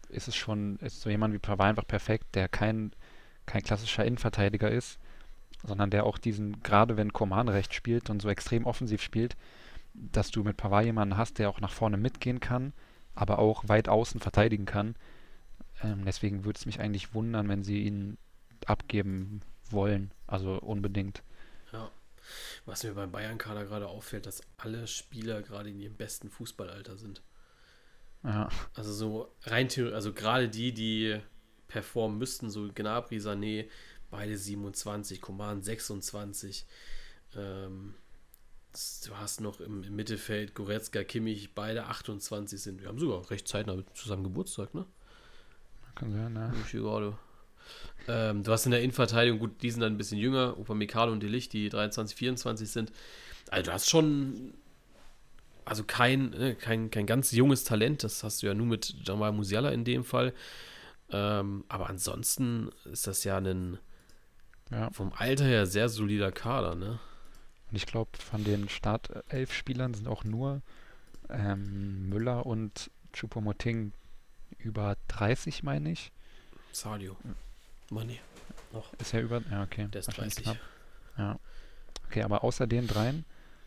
ist es schon, ist so jemand wie Pavard einfach perfekt, der kein, kein klassischer Innenverteidiger ist, sondern der auch diesen, gerade wenn Coman rechts spielt und so extrem offensiv spielt, dass du mit Pavard jemanden hast, der auch nach vorne mitgehen kann, aber auch weit außen verteidigen kann. Ähm, deswegen würde es mich eigentlich wundern, wenn sie ihn abgeben wollen. Also unbedingt. Ja. Was mir beim Bayern-Kader gerade auffällt, dass alle Spieler gerade in ihrem besten Fußballalter sind. Ja, Also so rein theoretisch, also gerade die, die performen müssten, so Gnabry, Sané, beide siebenundzwanzig, Coman sechsundzwanzig. Ähm, du hast noch im, im Mittelfeld Goretzka, Kimmich, beide achtundzwanzig sind. Wir haben sogar recht zeitnah zusammen Geburtstag, ne? kann sein, ja. Ich gerade. Ähm, du hast in der Innenverteidigung, gut, die sind dann ein bisschen jünger, Upamecano und De Ligt, die dreiundzwanzig, vierundzwanzig sind. Also du hast schon, also kein, ne, kein, kein ganz junges Talent, das hast du ja nur mit Jamal Musiala in dem Fall. Ähm, aber ansonsten ist das ja ein Ja. vom Alter her sehr solider Kader, ne? Und ich glaube, von den Startelf-Spielern sind auch nur ähm, Müller und Choupo-Moting über dreißig, meine ich. Sadio. Money. Noch. Ist er über? Ja, okay. Der ist Wahrscheinlich dreißig. knapp. Ja. Okay, aber außer den dreien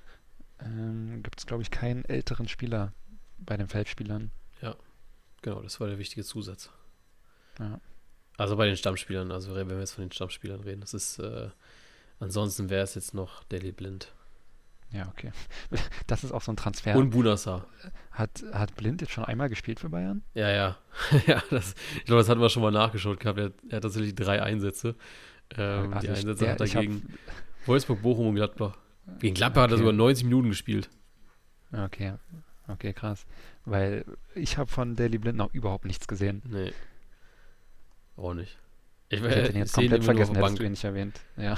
ähm, gibt es, glaube ich, keinen älteren Spieler bei den Feldspielern. Ja, genau, das war der wichtige Zusatz. Ja. Also bei den Stammspielern, also wenn wir jetzt von den Stammspielern reden, das ist, äh, ansonsten wäre es jetzt noch Daley Blind. Ja, okay. Das ist auch so ein Transfer. Und Bunassar. Hat, hat Blind jetzt schon einmal gespielt für Bayern? Ja, ja. ja das, ich glaube, das hatten wir schon mal nachgeschaut gehabt. Er, er hat tatsächlich drei Einsätze. Ähm, Also die ich- Einsätze der- hat er ich hab- gegen Wolfsburg, Bochum und Gladbach. Gegen Gladbach hat er Okay. sogar neunzig Minuten gespielt. Okay, okay, krass. Weil ich habe von Daley Blind noch überhaupt nichts gesehen. Nee. Auch nicht. Ich hätte ihn jetzt sehe ihn komplett immer nur auf vergessen, der hättest Bank. du ihn nicht erwähnt. Ja.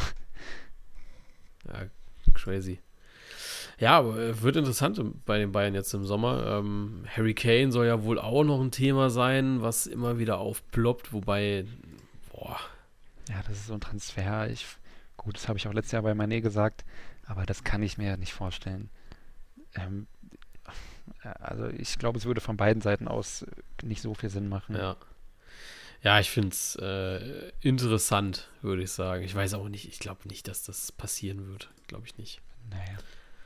Ja, crazy. Ja, aber äh, wird interessant im- bei den Bayern jetzt im Sommer. Ähm, Harry Kane soll ja wohl auch noch ein Thema sein, was immer wieder aufploppt, wobei, boah, Ja, das ist so ein Transfer. Ich, gut, das habe ich auch letztes Jahr bei Mané gesagt, aber das kann ich mir ja nicht vorstellen. Ähm, ja, also ich glaube, es würde von beiden Seiten aus nicht so viel Sinn machen. ja. Ja, ich finde es äh, interessant, würde ich sagen. Ich weiß auch nicht, ich glaube nicht, dass das passieren wird. Glaube ich nicht. Naja.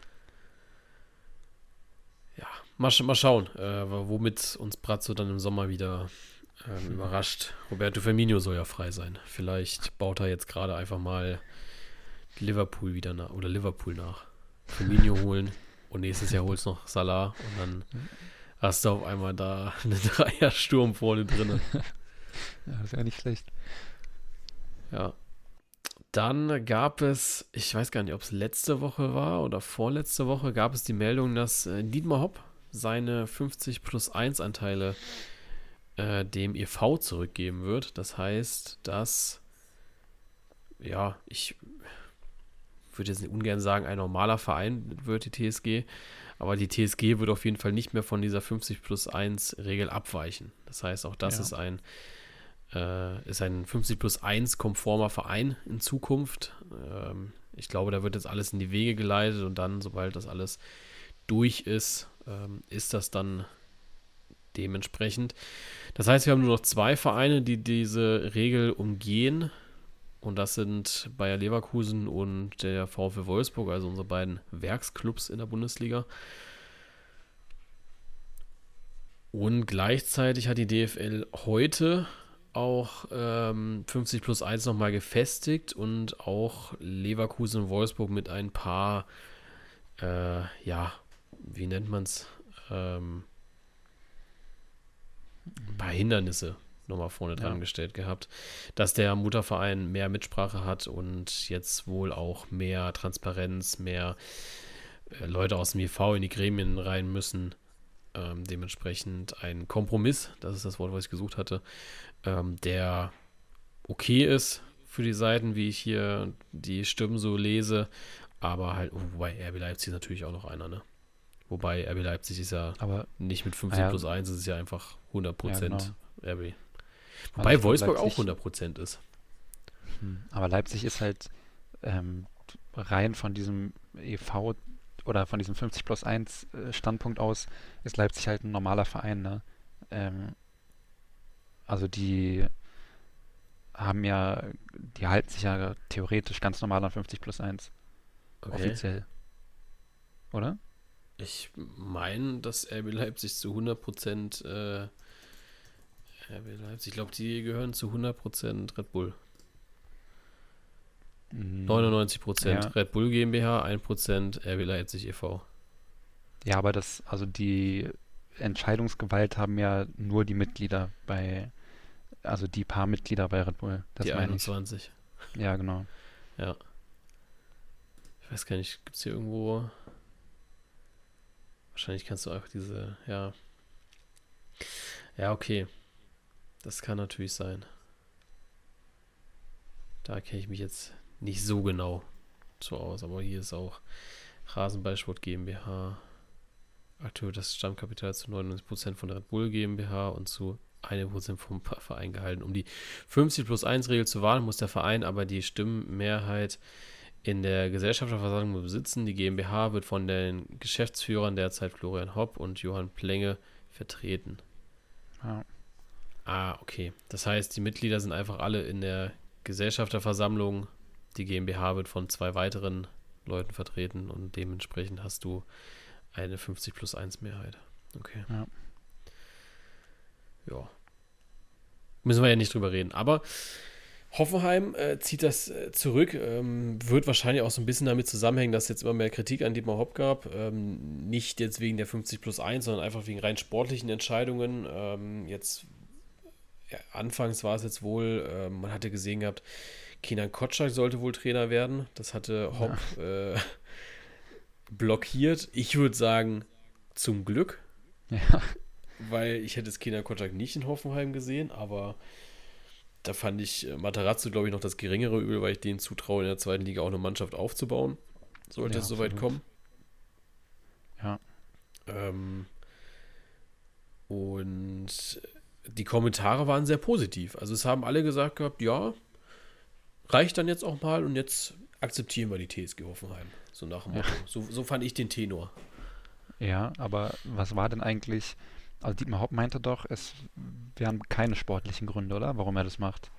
Ja, mal, sch mal schauen, äh, womit uns Brazzo dann im Sommer wieder ähm, überrascht. Roberto Firmino soll ja frei sein. Vielleicht baut er jetzt gerade einfach mal Liverpool wieder nach oder Liverpool nach. Firmino holen und nächstes Jahr holst noch Salah und dann hast du auf einmal da einen Dreiersturm vorne drin. Ja, das wäre nicht schlecht. Ja. Dann gab es, ich weiß gar nicht, ob es letzte Woche war oder vorletzte Woche, gab es die Meldung, dass äh, Dietmar Hopp seine fünfzig plus eins Anteile äh, dem E V zurückgeben wird. Das heißt, dass, ja, ich würde jetzt ungern sagen, ein normaler Verein wird die T S G, aber die T S G wird auf jeden Fall nicht mehr von dieser fünfzig plus eins Regel abweichen. Das heißt, auch das Ja. ist ein äh, ist ein fünfzig plus eins konformer Verein in Zukunft. Ähm, ich glaube, da wird jetzt alles in die Wege geleitet und dann, sobald das alles durch ist, ähm, ist das dann dementsprechend. Das heißt, wir haben nur noch zwei Vereine, die diese Regel umgehen. Und das sind Bayer Leverkusen und der VfL Wolfsburg, also unsere beiden Werksclubs in der Bundesliga. Und gleichzeitig hat die D F L heute auch ähm, fünfzig plus eins nochmal gefestigt und auch Leverkusen und Wolfsburg mit ein paar, äh, ja, wie nennt man es, ähm, ein paar Hindernisse nochmal vorne dran Ja. gestellt gehabt, dass der Mutterverein mehr Mitsprache hat und jetzt wohl auch mehr Transparenz, mehr äh, Leute aus dem E V in die Gremien rein müssen. Ähm, dementsprechend ein Kompromiss, das ist das Wort, was ich gesucht hatte, ähm, der okay ist für die Seiten, wie ich hier die Stimmen so lese, aber halt, wobei R B Leipzig ist natürlich auch noch einer, ne? Wobei R B Leipzig ist ja Aber nicht mit fünfzig Ah ja. plus eins, es ist ja einfach hundert Prozent Ja, R B. Also Wobei ich glaub, Wolfsburg auch Leipzig- hundert Prozent ist. Hm, Aber Leipzig ist halt ähm, rein von diesem E V oder von diesem fünfzig plus eins äh, Standpunkt aus, ist Leipzig halt ein normaler Verein, ne? Ähm, Also die haben ja, die halten sich ja theoretisch ganz normal an fünfzig plus eins. Okay. Offiziell, oder? Ich meine, dass R B Leipzig zu hundert Prozent, äh, R B Leipzig, ich glaube, die gehören zu hundert Prozent Red Bull. Mm, neunundneunzig Prozent ja. Red Bull GmbH, ein Prozent R B Leipzig e V. Ja, aber das, also die Entscheidungsgewalt haben ja nur die Mitglieder bei, also die paar Mitglieder bei Red Bull. Die Das meine ich. einundzwanzig. Ja, genau. Ja. Ich weiß gar nicht, gibt es hier irgendwo. Wahrscheinlich kannst du einfach diese. Ja. Ja, okay. Das kann natürlich sein. Da kenne ich mich jetzt nicht so genau so aus. Aber hier ist auch Rasenballsport GmbH. Aktuell das Stammkapital zu neunundneunzig Prozent von der Red Bull GmbH und zu einem Prozent vom Verein gehalten. Um die fünfzig plus eins Regel zu wahren, muss der Verein aber die Stimmenmehrheit in der Gesellschafterversammlung besitzen. Die GmbH wird von den Geschäftsführern derzeit Florian Hopp und Johann Plenge vertreten. Ja. Ah, okay. Das heißt, die Mitglieder sind einfach alle in der Gesellschafterversammlung. Die GmbH wird von zwei weiteren Leuten vertreten und dementsprechend hast du eine fünfzig plus eins Mehrheit. Okay. Ja. Ja. Müssen wir ja nicht drüber reden. Aber Hoffenheim äh, zieht das äh, zurück. Ähm, wird wahrscheinlich auch so ein bisschen damit zusammenhängen, dass es jetzt immer mehr Kritik an Dietmar Hopp gab. Ähm, nicht jetzt wegen der fünfzig plus eins, sondern einfach wegen rein sportlichen Entscheidungen. Ähm, jetzt, ja, anfangs war es jetzt wohl, äh, man hatte gesehen gehabt, Kenan Kotschak sollte wohl Trainer werden. Das hatte Hopp ja. äh, blockiert. Ich würde sagen, zum Glück. Ja. Weil ich hätte es Kenan Kotschak nicht in Hoffenheim gesehen, aber da fand ich Matarazzo, glaube ich, noch das geringere Übel, weil ich denen zutraue, in der zweiten Liga auch eine Mannschaft aufzubauen. Sollte Ja, es soweit kommen. Ja. Ähm, und die Kommentare waren sehr positiv. Also es haben alle gesagt gehabt, ja, reicht dann jetzt auch mal und jetzt akzeptieren wir die T S G Hoffenheim. So nach dem Motto. Ja. So, so fand ich den Tenor. Ja, aber was war denn eigentlich, also Dietmar Hopp meinte doch, es wären keine sportlichen Gründe, oder? Warum er das macht.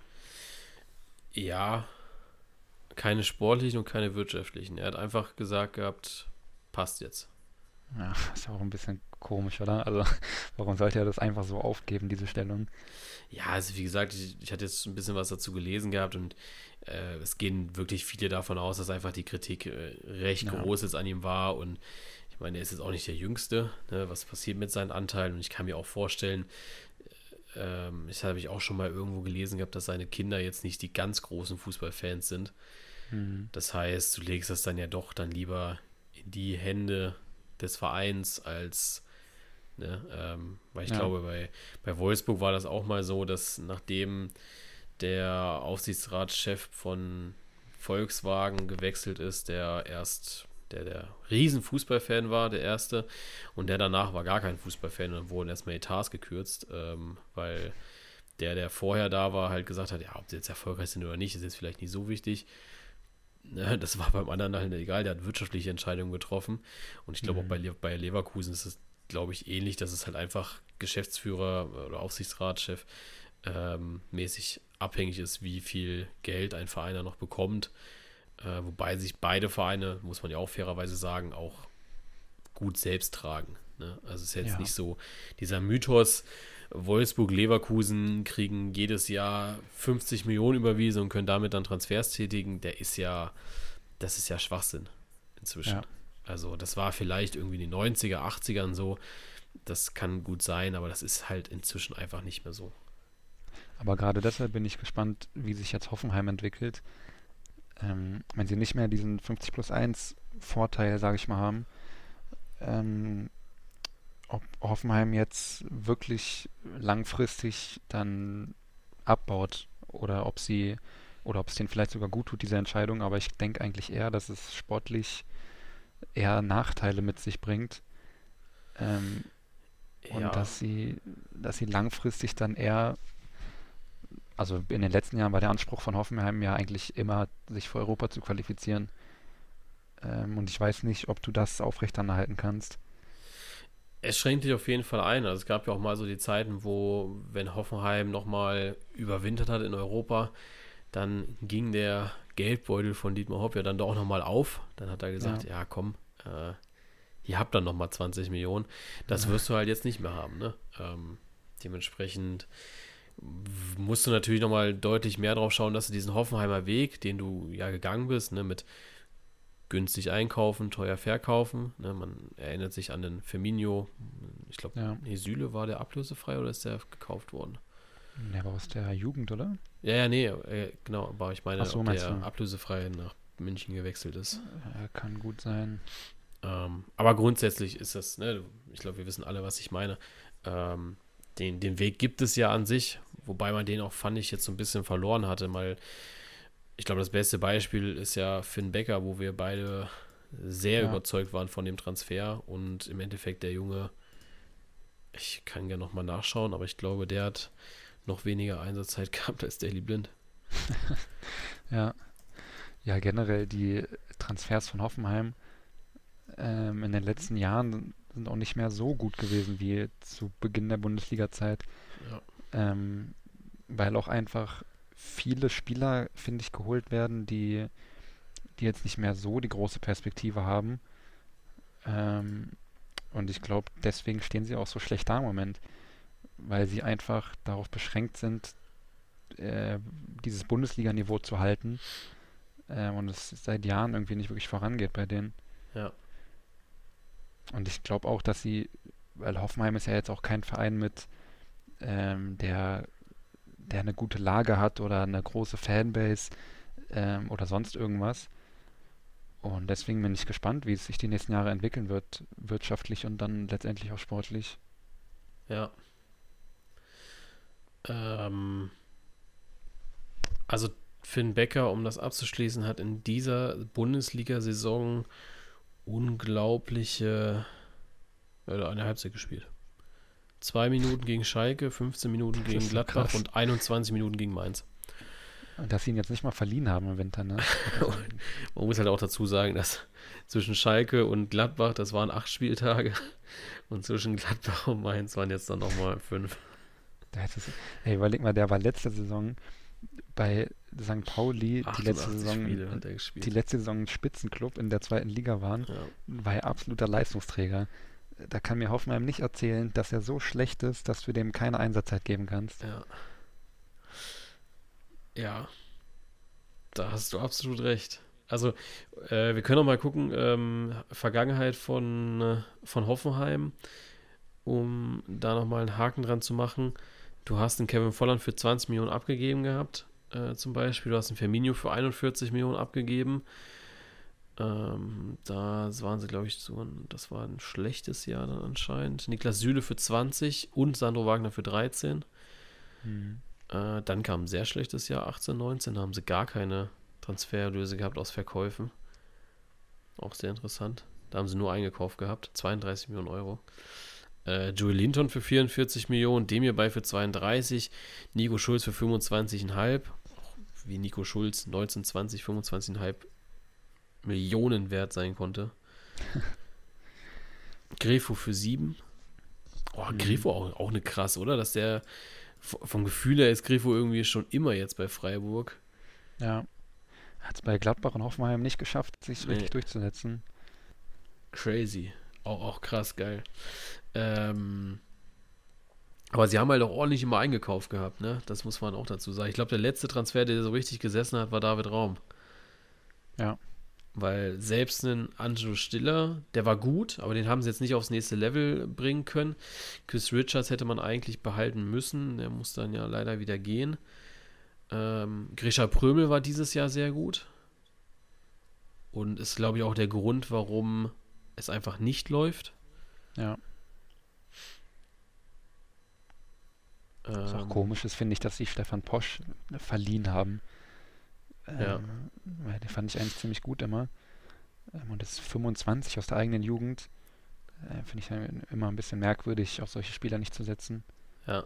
Ja, keine sportlichen und keine wirtschaftlichen. Er hat einfach gesagt gehabt, passt jetzt. Ja, ist auch ein bisschen komisch, oder? Also, warum sollte er das einfach so aufgeben, diese Stellung? Ja, also wie gesagt, ich, ich hatte jetzt ein bisschen was dazu gelesen gehabt und äh, es gehen wirklich viele davon aus, dass einfach die Kritik äh, recht Ja. groß jetzt an ihm war und ich meine, er ist jetzt auch nicht der Jüngste, ne? Was passiert mit seinen Anteilen und ich kann mir auch vorstellen, ähm, das habe ich auch schon mal irgendwo gelesen gehabt, dass seine Kinder jetzt nicht die ganz großen Fußballfans sind. Hm. Das heißt, du legst das dann ja doch dann lieber in die Hände des Vereins als, ne, ähm, weil ich Ja. glaube, bei, bei Wolfsburg war das auch mal so, dass nachdem der Aufsichtsratschef von Volkswagen gewechselt ist, der erst, der der riesen Fußballfan war, der erste, und der danach war gar kein Fußballfan und dann wurden erstmal Etats gekürzt, ähm, weil der, der vorher da war, halt gesagt hat, ja, ob sie jetzt erfolgreich sind oder nicht, ist jetzt vielleicht nicht so wichtig. Ne, das war beim anderen halt egal, der hat wirtschaftliche Entscheidungen getroffen. Und ich glaube, Mhm. auch bei, Le bei Leverkusen ist es, glaube ich, ähnlich, dass es halt einfach Geschäftsführer oder Aufsichtsratschef ähm, mäßig abhängig ist, wie viel Geld ein Verein da noch bekommt. Äh, wobei sich beide Vereine, muss man ja auch fairerweise sagen, auch gut selbst tragen. Ne? Also es ist jetzt Ja. nicht so dieser Mythos, Wolfsburg, Leverkusen kriegen jedes Jahr fünfzig Millionen überwiesen und können damit dann Transfers tätigen. Der ist ja, das ist ja Schwachsinn inzwischen. Ja. Also das war vielleicht irgendwie in den neunziger, achtzigern so. Das kann gut sein, aber das ist halt inzwischen einfach nicht mehr so. Aber gerade deshalb bin ich gespannt, wie sich jetzt Hoffenheim entwickelt. Ähm, wenn sie nicht mehr diesen fünfzig plus eins Vorteil, sage ich mal, haben, ähm, ob Hoffenheim jetzt wirklich langfristig dann abbaut oder ob sie oder ob es denen vielleicht sogar gut tut, diese Entscheidung. Aber ich denke eigentlich eher, dass es sportlich eher Nachteile mit sich bringt. Ähm, und Ja, dass sie, dass sie langfristig dann eher, also in den letzten Jahren war der Anspruch von Hoffenheim ja eigentlich immer, sich für Europa zu qualifizieren. Ähm, und ich weiß nicht, ob du das aufrechterhalten kannst. Es schränkt dich auf jeden Fall ein. Also es gab ja auch mal so die Zeiten, wo, wenn Hoffenheim nochmal überwintert hat in Europa, dann ging der Geldbeutel von Dietmar Hopp ja dann doch nochmal auf. Dann hat er gesagt, Ja. ja komm, äh, ihr habt dann nochmal zwanzig Millionen. Das wirst du halt jetzt nicht mehr haben, ne? Ähm, dementsprechend w- musst du natürlich nochmal deutlich mehr drauf schauen, dass du diesen Hoffenheimer Weg, den du ja gegangen bist, ne, mit günstig einkaufen, teuer verkaufen. Ne, man erinnert sich an den Firmino. Ich glaube, Ja. nee, Süle, war der ablösefrei oder ist der gekauft worden? Der war aus der Jugend, oder? Ja, ja, nee, äh, genau, aber ich meine, Ach so, ob meinst der du? ablösefrei nach München gewechselt ist. Ja, kann gut sein. Ähm, aber grundsätzlich ist das, ne, ich glaube, wir wissen alle, was ich meine. Ähm, den, den Weg gibt es ja an sich, wobei man den auch, fand ich, jetzt so ein bisschen verloren hatte, weil ich glaube, das beste Beispiel ist ja Finn Becker, wo wir beide sehr Ja. überzeugt waren von dem Transfer und im Endeffekt der Junge, ich kann gerne nochmal nachschauen, aber ich glaube, der hat noch weniger Einsatzzeit gehabt als Daley Blind. Ja. Ja, generell die Transfers von Hoffenheim ähm, in den letzten Jahren sind auch nicht mehr so gut gewesen wie zu Beginn der Bundesliga-Zeit, Ja, ähm, weil auch einfach viele Spieler, finde ich, geholt werden, die, die jetzt nicht mehr so die große Perspektive haben. Ähm, und ich glaube, deswegen stehen sie auch so schlecht da im Moment, weil sie einfach darauf beschränkt sind, äh, dieses Bundesliga-Niveau zu halten, äh, und es seit Jahren irgendwie nicht wirklich vorangeht bei denen. ja, Und ich glaube auch, dass sie, weil Hoffenheim ist ja jetzt auch kein Verein mit, ähm, der, der eine gute Lage hat oder eine große Fanbase, ähm, oder sonst irgendwas. Und deswegen bin ich gespannt, wie es sich die nächsten Jahre entwickeln wird, wirtschaftlich und dann letztendlich auch sportlich. ja. Ähm, also Finn Becker, um das abzuschließen, hat in dieser Bundesliga-Saison unglaubliche, oder eine Halbzeit gespielt. Zwei Minuten gegen Schalke, fünfzehn Minuten Das gegen ist so Gladbach krass. und einundzwanzig Minuten gegen Mainz. Und dass sie ihn jetzt nicht mal verliehen haben im Winter, ne? Also, Man muss halt auch dazu sagen, dass zwischen Schalke und Gladbach, das waren acht Spieltage und zwischen Gladbach und Mainz waren jetzt dann nochmal fünf. da hätte es, ey, überleg mal, der war letzte Saison bei Sankt Pauli, die letzte achtundachtzig Saison, Spiele hat in- er die gespielt. letzte Saison ein Spitzenclub in der zweiten Liga waren, Ja, war er absoluter Leistungsträger. Da kann mir Hoffenheim nicht erzählen, dass er so schlecht ist, dass du dem keine Einsatzzeit geben kannst. ja, ja, da hast du absolut recht. Also, äh, wir können auch mal gucken, ähm, Vergangenheit von, äh, von Hoffenheim, um da nochmal einen Haken dran zu machen. Du hast den Kevin Volland für zwanzig Millionen abgegeben gehabt, äh, zum Beispiel. Du hast den Firmino für einundvierzig Millionen abgegeben. Ähm, da waren sie, glaube ich, so ein, das war ein schlechtes Jahr dann anscheinend. Niklas Süle für zwanzig und Sandro Wagner für dreizehn. Hm. Äh, dann kam ein sehr schlechtes Jahr, achtzehn, neunzehn. Da haben sie gar keine Transfererlöse gehabt aus Verkäufen. Auch sehr interessant. Da haben sie nur eingekauft gehabt. zweiunddreißig Millionen Euro. Äh, Joey Linton für vierundvierzig Millionen. Demir bei für zweiunddreißig. Nico Schulz für fünfundzwanzig Komma fünf. Auch wie Nico Schulz neunzehn, zwanzig, fünfundzwanzig Komma fünf Millionen wert sein konnte. Grefo für sieben. Oh, Hm. Grefo auch, auch eine krass, oder? Dass der v- vom Gefühl her ist Grefo irgendwie schon immer jetzt bei Freiburg. Ja, hat es bei Gladbach und Hoffenheim nicht geschafft, sich Nee, richtig durchzusetzen. crazy. Auch, auch krass geil. Ähm, aber sie haben halt auch ordentlich immer eingekauft gehabt, ne? Das muss man auch dazu sagen. Ich glaube, der letzte Transfer, der so richtig gesessen hat, war David Raum. Ja, Weil selbst ein Angelo Stiller, der war gut, aber den haben sie jetzt nicht aufs nächste Level bringen können. Chris Richards hätte man eigentlich behalten müssen. Der muss dann ja leider wieder gehen. Ähm, Grisha Prömel war dieses Jahr sehr gut. Und ist, glaube ich, auch der Grund, warum es einfach nicht läuft. ja. Was auch Ähm, komisch ist, finde ich, dass sie Stefan Posch verliehen haben. ja, Ähm, weil den fand ich eigentlich ziemlich gut immer. Ähm, und ist fünfundzwanzig aus der eigenen Jugend. Äh, finde ich dann immer ein bisschen merkwürdig, auf solche Spieler nicht zu setzen. ja.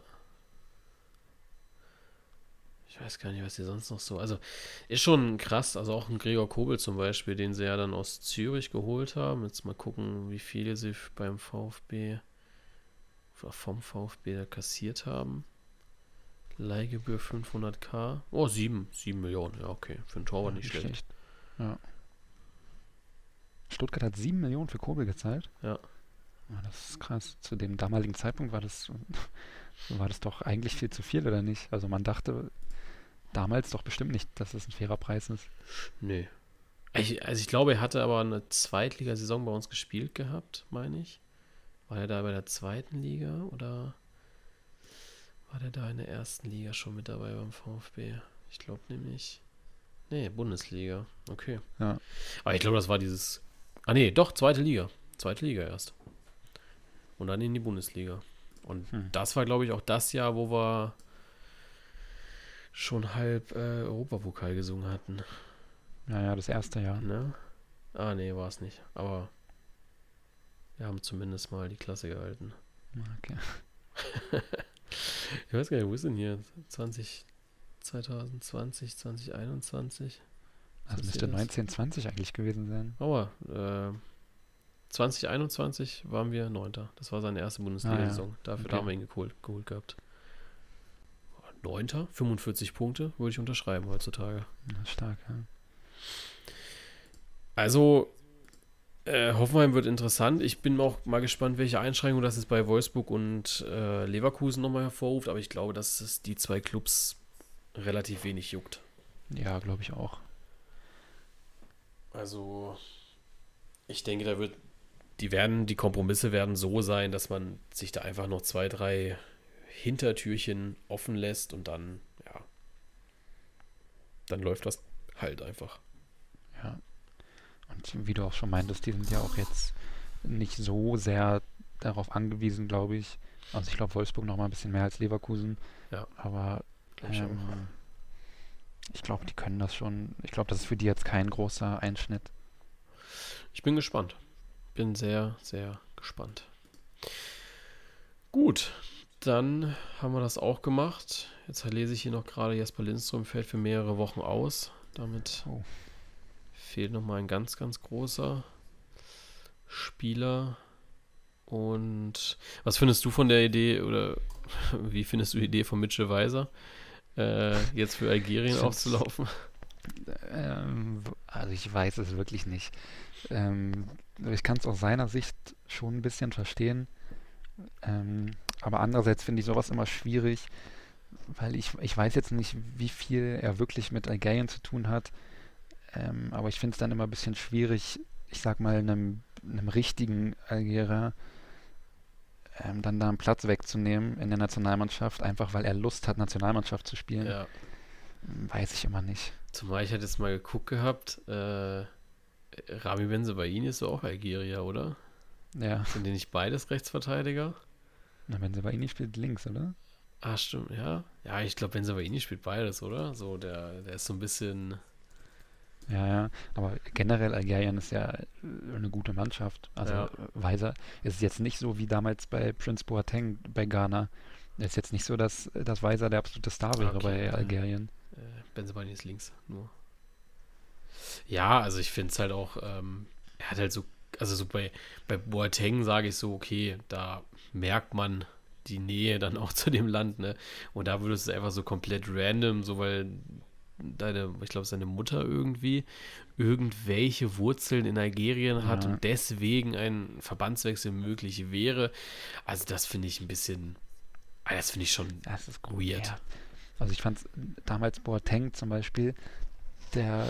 Ich weiß gar nicht, was die sonst noch so. Also, ist schon krass. Also, auch ein Gregor Kobel zum Beispiel, den sie ja dann aus Zürich geholt haben. Jetzt mal gucken, wie viele sie f- beim VfB. vom VfB kassiert haben. Leihgebühr fünfhunderttausend. Oh, sieben. sieben Millionen. Ja, okay. Für einen Torwart Ja, nicht schlecht. schlecht. Ja. Stuttgart hat sieben Millionen für Kobel gezahlt. Ja. Ja, das ist krass. Zu dem damaligen Zeitpunkt war das, war das doch eigentlich viel zu viel, oder nicht? Also man dachte damals doch bestimmt nicht, dass das ein fairer Preis ist. Nee. Ich, also ich glaube, er hatte aber eine Zweitligasaison bei uns gespielt gehabt, meine ich. War er da bei der zweiten Liga oder war der da in der ersten Liga schon mit dabei beim VfB? Ich glaube nämlich. Nee, Bundesliga. Okay. Ja. Aber ich glaube, das war dieses. Ah, nee, doch, zweite Liga. Zweite Liga erst. Und dann in die Bundesliga. Und hm. das war, glaube ich, auch das Jahr, wo wir schon halb äh, Europapokal gesungen hatten. Ja, ja, das erste Jahr. Ne? Ah, nee, war es nicht. Aber wir haben zumindest mal die Klasse gehalten. Okay. Ich weiß gar nicht, wo ist denn hier? zwanzig, zwanzig zwanzig, zwanzig einundzwanzig? Das also müsste neunzehn zwanzig eigentlich gewesen sein. Aber äh, zwanzig einundzwanzig waren wir Neunter. Das war seine erste Bundesliga-Saison. Ah, ja. Dafür okay. haben wir ihn geholt, geholt gehabt. Neunter, fünfundvierzig Punkte, würde ich unterschreiben heutzutage. Ja, stark, ja. Also, äh, Hoffenheim wird interessant. Ich bin auch mal gespannt, welche Einschränkungen das jetzt bei Wolfsburg und äh, Leverkusen nochmal hervorruft. Aber ich glaube, dass es die zwei Clubs relativ wenig juckt. Ja, glaube ich auch. Also, ich denke, da wird, die werden, die Kompromisse werden so sein, dass man sich da einfach noch zwei, drei Hintertürchen offen lässt und dann, ja, dann läuft das halt einfach. Ja. Und wie du auch schon meintest, die sind ja auch jetzt nicht so sehr darauf angewiesen, glaube ich. Also ich glaube, Wolfsburg noch mal ein bisschen mehr als Leverkusen. Ja. Aber glaub ich, ähm, ich glaube, die können das schon. Ich glaube, das ist für die jetzt kein großer Einschnitt. Ich bin gespannt. Bin sehr, sehr gespannt. Gut, dann haben wir das auch gemacht. Jetzt lese ich hier noch gerade, Jesper Lindström fällt für mehrere Wochen aus. Damit oh. fehlt nochmal ein ganz, ganz großer Spieler. Und was findest du von der Idee, oder wie findest du die Idee von Mitchell Weiser, äh, jetzt für Algerien aufzulaufen? Ähm, also ich weiß es wirklich nicht. Ähm, ich kann es aus seiner Sicht schon ein bisschen verstehen. Ähm, aber andererseits finde ich sowas immer schwierig, weil ich, ich weiß jetzt nicht, wie viel er wirklich mit Algerien zu tun hat. Ähm, aber ich finde es dann immer ein bisschen schwierig, ich sag mal, einem, einem richtigen Algierer ähm, dann da einen Platz wegzunehmen in der Nationalmannschaft, einfach weil er Lust hat, Nationalmannschaft zu spielen. Ja. Weiß ich immer nicht. Zumal ich hatte jetzt mal geguckt gehabt, äh, Rami Bensebaini ist so auch Algerier, oder? Ja. Sind die nicht beides Rechtsverteidiger? Na, Bensebaini spielt links, oder? Ah, stimmt, ja. Ja, ich glaube, Bensebaini spielt beides, oder? So, der, der ist so ein bisschen... Ja, ja, aber generell Algerien ist ja eine gute Mannschaft. Also ja. Weiser ist jetzt nicht so wie damals bei Prince Boateng bei Ghana. Es ist jetzt nicht so, dass, dass Weiser der absolute Star wäre okay, bei Algerien. Äh, Bensebaini ist links, nur. Ja, also ich finde es halt auch, ähm, er hat halt so, also so bei, bei Boateng sage ich so, okay, da merkt man die Nähe dann auch zu dem Land, ne? Und da würdest du einfach so komplett random, so weil deine, ich glaube, seine Mutter irgendwie irgendwelche Wurzeln in Algerien hat ja. und deswegen ein Verbandswechsel möglich wäre. Also das finde ich ein bisschen, das finde ich schon das ist gut, weird. Ja. Also ich fand es damals Boateng zum Beispiel, der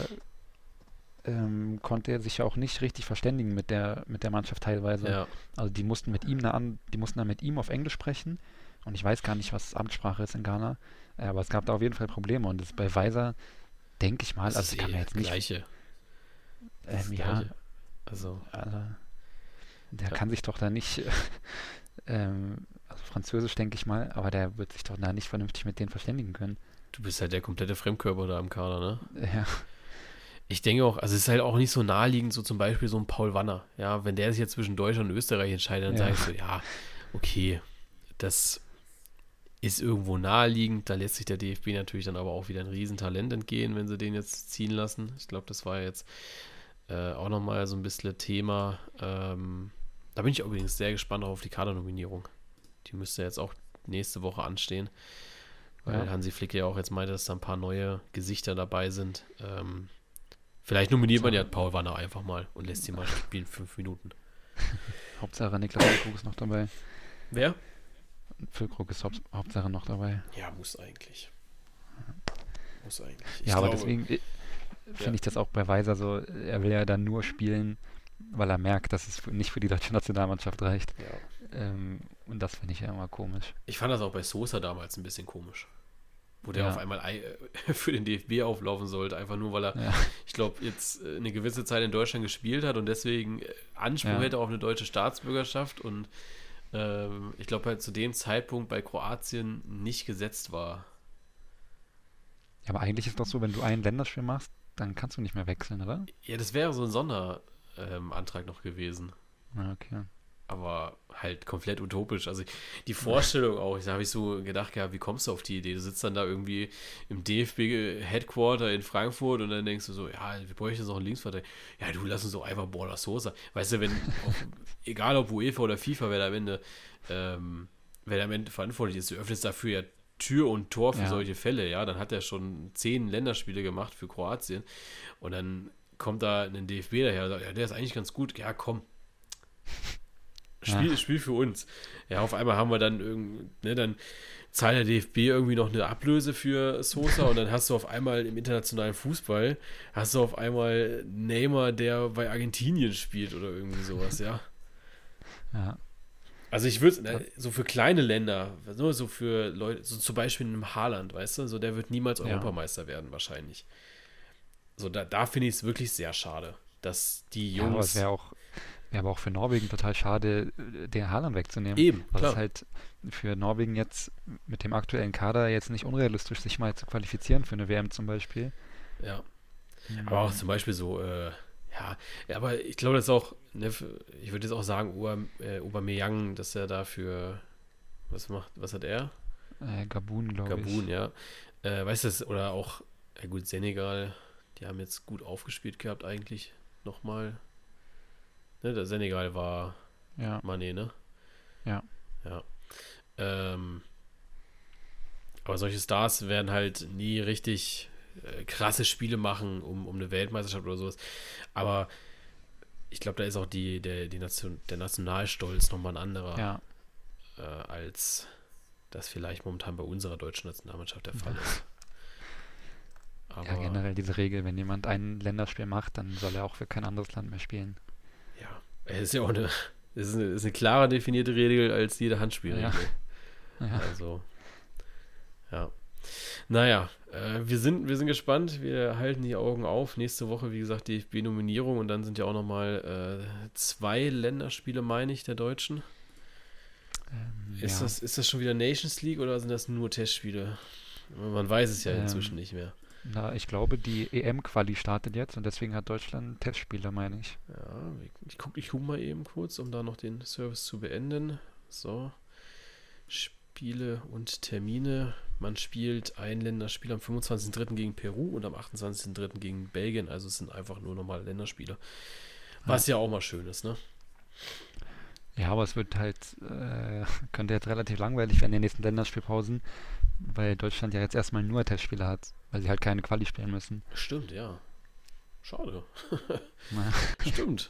ähm, konnte sich ja auch nicht richtig verständigen mit der, mit der Mannschaft teilweise. Ja. Also die mussten mit ihm eine, die mussten dann mit ihm auf Englisch sprechen und ich weiß gar nicht, was Amtssprache ist in Ghana. Aber es gab da auf jeden Fall Probleme und das bei Weiser, denke ich mal, das also ist kann eh man jetzt nicht. Gleiche. Ähm, ja, Gleiche. Also, also der ja. kann sich doch da nicht, ähm, also Französisch denke ich mal, aber der wird sich doch da nicht vernünftig mit denen verständigen können. Du bist halt der komplette Fremdkörper da im Kader, ne? Ja. Ich denke auch, also es ist halt auch nicht so naheliegend, so zum Beispiel so ein Paul Wanner. Ja, wenn der sich jetzt zwischen Deutschland und Österreich entscheidet, dann ja. sagst du, ja, okay, das ist irgendwo naheliegend. Da lässt sich der D F B natürlich dann aber auch wieder ein Riesentalent entgehen, wenn sie den jetzt ziehen lassen. Ich glaube, das war jetzt äh, auch nochmal so ein bisschen Thema. Ähm, da bin ich übrigens sehr gespannt auf die Kadernominierung. Die müsste jetzt auch nächste Woche anstehen, weil Ja. Hansi Flick ja auch jetzt meinte, dass da ein paar neue Gesichter dabei sind. Ähm, vielleicht nominiert man ja Paul Wanner einfach mal und lässt ihn mal spielen, fünf Minuten. Hauptsache Niklas Füllkrug ist noch dabei. Wer? Füllkrug ist Haupt Hauptsache noch dabei. Ja, muss eigentlich. Muss eigentlich. Ich ja, aber glaube, deswegen äh, finde Ja. ich das auch bei Weiser so, er will ja dann nur spielen, weil er merkt, dass es für, nicht für die deutsche Nationalmannschaft reicht. Ja. Ähm, und das finde ich ja immer komisch. Ich fand das auch bei Sosa damals ein bisschen komisch. Wo der Ja. auf einmal ei- äh, für den D F B auflaufen sollte, einfach nur, weil er, Ja. ich glaube, jetzt äh, eine gewisse Zeit in Deutschland gespielt hat und deswegen äh, Anspruch Ja. hätte auf eine deutsche Staatsbürgerschaft und ähm, ich glaube halt zu dem Zeitpunkt bei Kroatien nicht gesetzt war. Ja, aber eigentlich ist doch so, wenn du ein Länderspiel machst, dann kannst du nicht mehr wechseln, oder? Ja, das wäre so ein Sonderantrag ähm, Antrag noch gewesen. Ja, okay. Aber halt komplett utopisch. Also die Vorstellung auch, da habe ich so gedacht, ja, wie kommst du auf die Idee? Du sitzt dann da irgendwie im D F B-Headquarter in Frankfurt und dann denkst du so, ja, wir bräuchten jetzt noch einen Linksverteidiger. Ja, du lass uns doch einfach Borna Sosa. Weißt du, wenn, auch, egal ob UEFA oder FIFA, wer da am Ende, ähm, wer da am Ende verantwortlich ist, du öffnest dafür ja Tür und Tor für Ja. solche Fälle, ja, dann hat er schon zehn Länderspiele gemacht für Kroatien und dann kommt da ein D F B daher und sagt, ja, der ist eigentlich ganz gut, ja, komm. Spiel, Ja. Spiel für uns. Ja, auf einmal haben wir dann irgend, ne, dann zahlt der D F B irgendwie noch eine Ablöse für Sosa und dann hast du auf einmal im internationalen Fußball, hast du auf einmal Neymar, der bei Argentinien spielt oder irgendwie sowas, ja. Ja. Also ich würde, ne, so für kleine Länder, nur so für Leute, so zum Beispiel in einem Haaland, weißt du, so der wird niemals Ja. Europameister werden wahrscheinlich. So, da, da finde ich es wirklich sehr schade, dass die Ja, aber Jungs es wäre auch, wär aber auch für Norwegen total schade, äh, den Haaland wegzunehmen. eben, Das klar. ist halt für Norwegen jetzt mit dem aktuellen Kader jetzt nicht unrealistisch, sich mal zu qualifizieren für eine W M zum Beispiel. Ja. Aber auch zum Beispiel so, äh, ja, ja, aber ich glaube, das ist auch, ne, für- ich würde jetzt auch sagen, Aubame- äh, Aubameyang, dass er dafür, was macht, was hat er? Äh, Gabun, glaube ich. Gabun, ja. Äh, weißt du, das- oder auch, ja gut, Senegal, die haben jetzt gut aufgespielt gehabt eigentlich, nochmal. Ne, der Senegal war Ja, Mané, ne? Ja. Ja. Ähm, aber solche Stars werden halt nie richtig äh, krasse Spiele machen, um, um eine Weltmeisterschaft oder sowas. Aber ich glaube, da ist auch die, der, die Nation, der Nationalstolz nochmal ein anderer, ja. äh, als das vielleicht momentan bei unserer deutschen Nationalmannschaft der Fall ist. Aber Ja, generell diese Regel, wenn jemand ein Länderspiel macht, dann soll er auch für kein anderes Land mehr spielen. ja, es ist ja auch eine, es ist eine, es ist eine klarer definierte Regel als jede Handspielregel. Ja. Ja. Also, ja. Naja, äh, wir sind, wir sind gespannt. Wir halten die Augen auf. Nächste Woche, wie gesagt, D F B-Nominierung und dann sind ja auch nochmal äh, zwei Länderspiele, meine ich, der Deutschen. Ähm, Ist, ja. das, ist das schon wieder Nations League oder sind das nur Testspiele? Man weiß es ja Ähm, inzwischen nicht mehr. Na, ich glaube, die E M-Quali startet jetzt und deswegen hat Deutschland Testspiele, meine ich. Ja, ich gucke ich guck mal eben kurz, um da noch den Service zu beenden. So. Spiele und Termine. Man spielt ein Länderspiel am fünfundzwanzigsten dritten gegen Peru und am achtundzwanzigsten dritten gegen Belgien. Also es sind einfach nur normale Länderspiele. Was ja auch mal schön ist, ne? Ja, aber es wird halt, äh, könnte jetzt relativ langweilig werden in den nächsten Länderspielpausen, weil Deutschland ja jetzt erstmal nur Testspiele hat, weil sie halt keine Quali spielen müssen. Stimmt, ja. Schade. Na, Stimmt.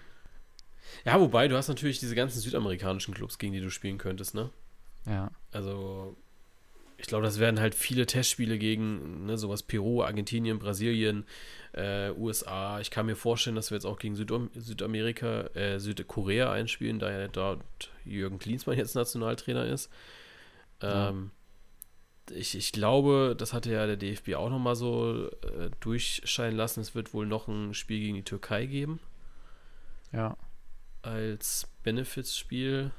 Ja, wobei, du hast natürlich diese ganzen südamerikanischen Clubs, gegen die du spielen könntest, ne? ja, Also, ich glaube, das werden halt viele Testspiele gegen, ne, sowas Peru, Argentinien, Brasilien, äh, U S A. Ich kann mir vorstellen, dass wir jetzt auch gegen Südam Südamerika, äh, Südkorea einspielen, da ja dort Jürgen Klinsmann jetzt Nationaltrainer ist. Ähm, ich, ich glaube, das hatte ja der D F B auch nochmal so äh, durchscheinen lassen. Es wird wohl noch ein Spiel gegen die Türkei geben, ja, als Benefits-Spiel.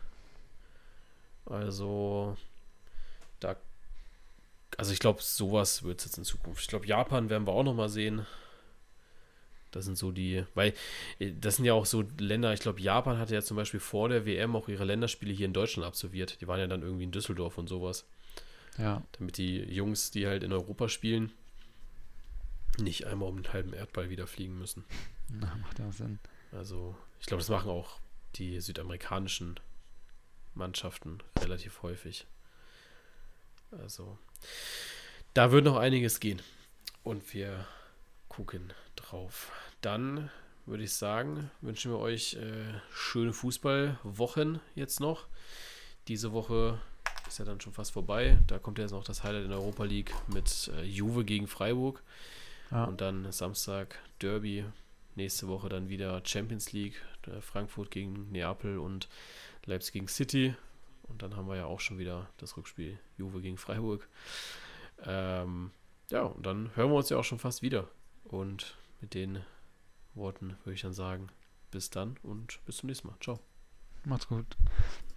Also, da, also ich glaube, sowas wird es jetzt in Zukunft. Ich glaube, Japan werden wir auch nochmal sehen. Das sind so die, weil äh, das sind ja auch so Länder, ich glaube, Japan hatte ja zum Beispiel vor der W M auch ihre Länderspiele hier in Deutschland absolviert. Die waren ja dann irgendwie in Düsseldorf und sowas. ja. Damit die Jungs, die halt in Europa spielen, nicht einmal um den halben Erdball wieder fliegen müssen. Na, macht ja Sinn. Also, ich glaube, das machen auch die südamerikanischen Mannschaften relativ häufig. Also, da wird noch einiges gehen. Und wir gucken drauf. Dann würde ich sagen, wünschen wir euch äh, schöne Fußballwochen jetzt noch. Diese Woche ist ja dann schon fast vorbei. Da kommt ja jetzt noch das Highlight in der Europa League mit äh, Juve gegen Freiburg. Ja. Und dann Samstag Derby. Nächste Woche dann wieder Champions League. Äh, Frankfurt gegen Neapel und Leipzig gegen City. Und dann haben wir ja auch schon wieder das Rückspiel Juve gegen Freiburg. Ähm, ja, und dann hören wir uns ja auch schon fast wieder. Und mit den Worten würde ich dann sagen, bis dann und bis zum nächsten Mal. Ciao. Macht's gut.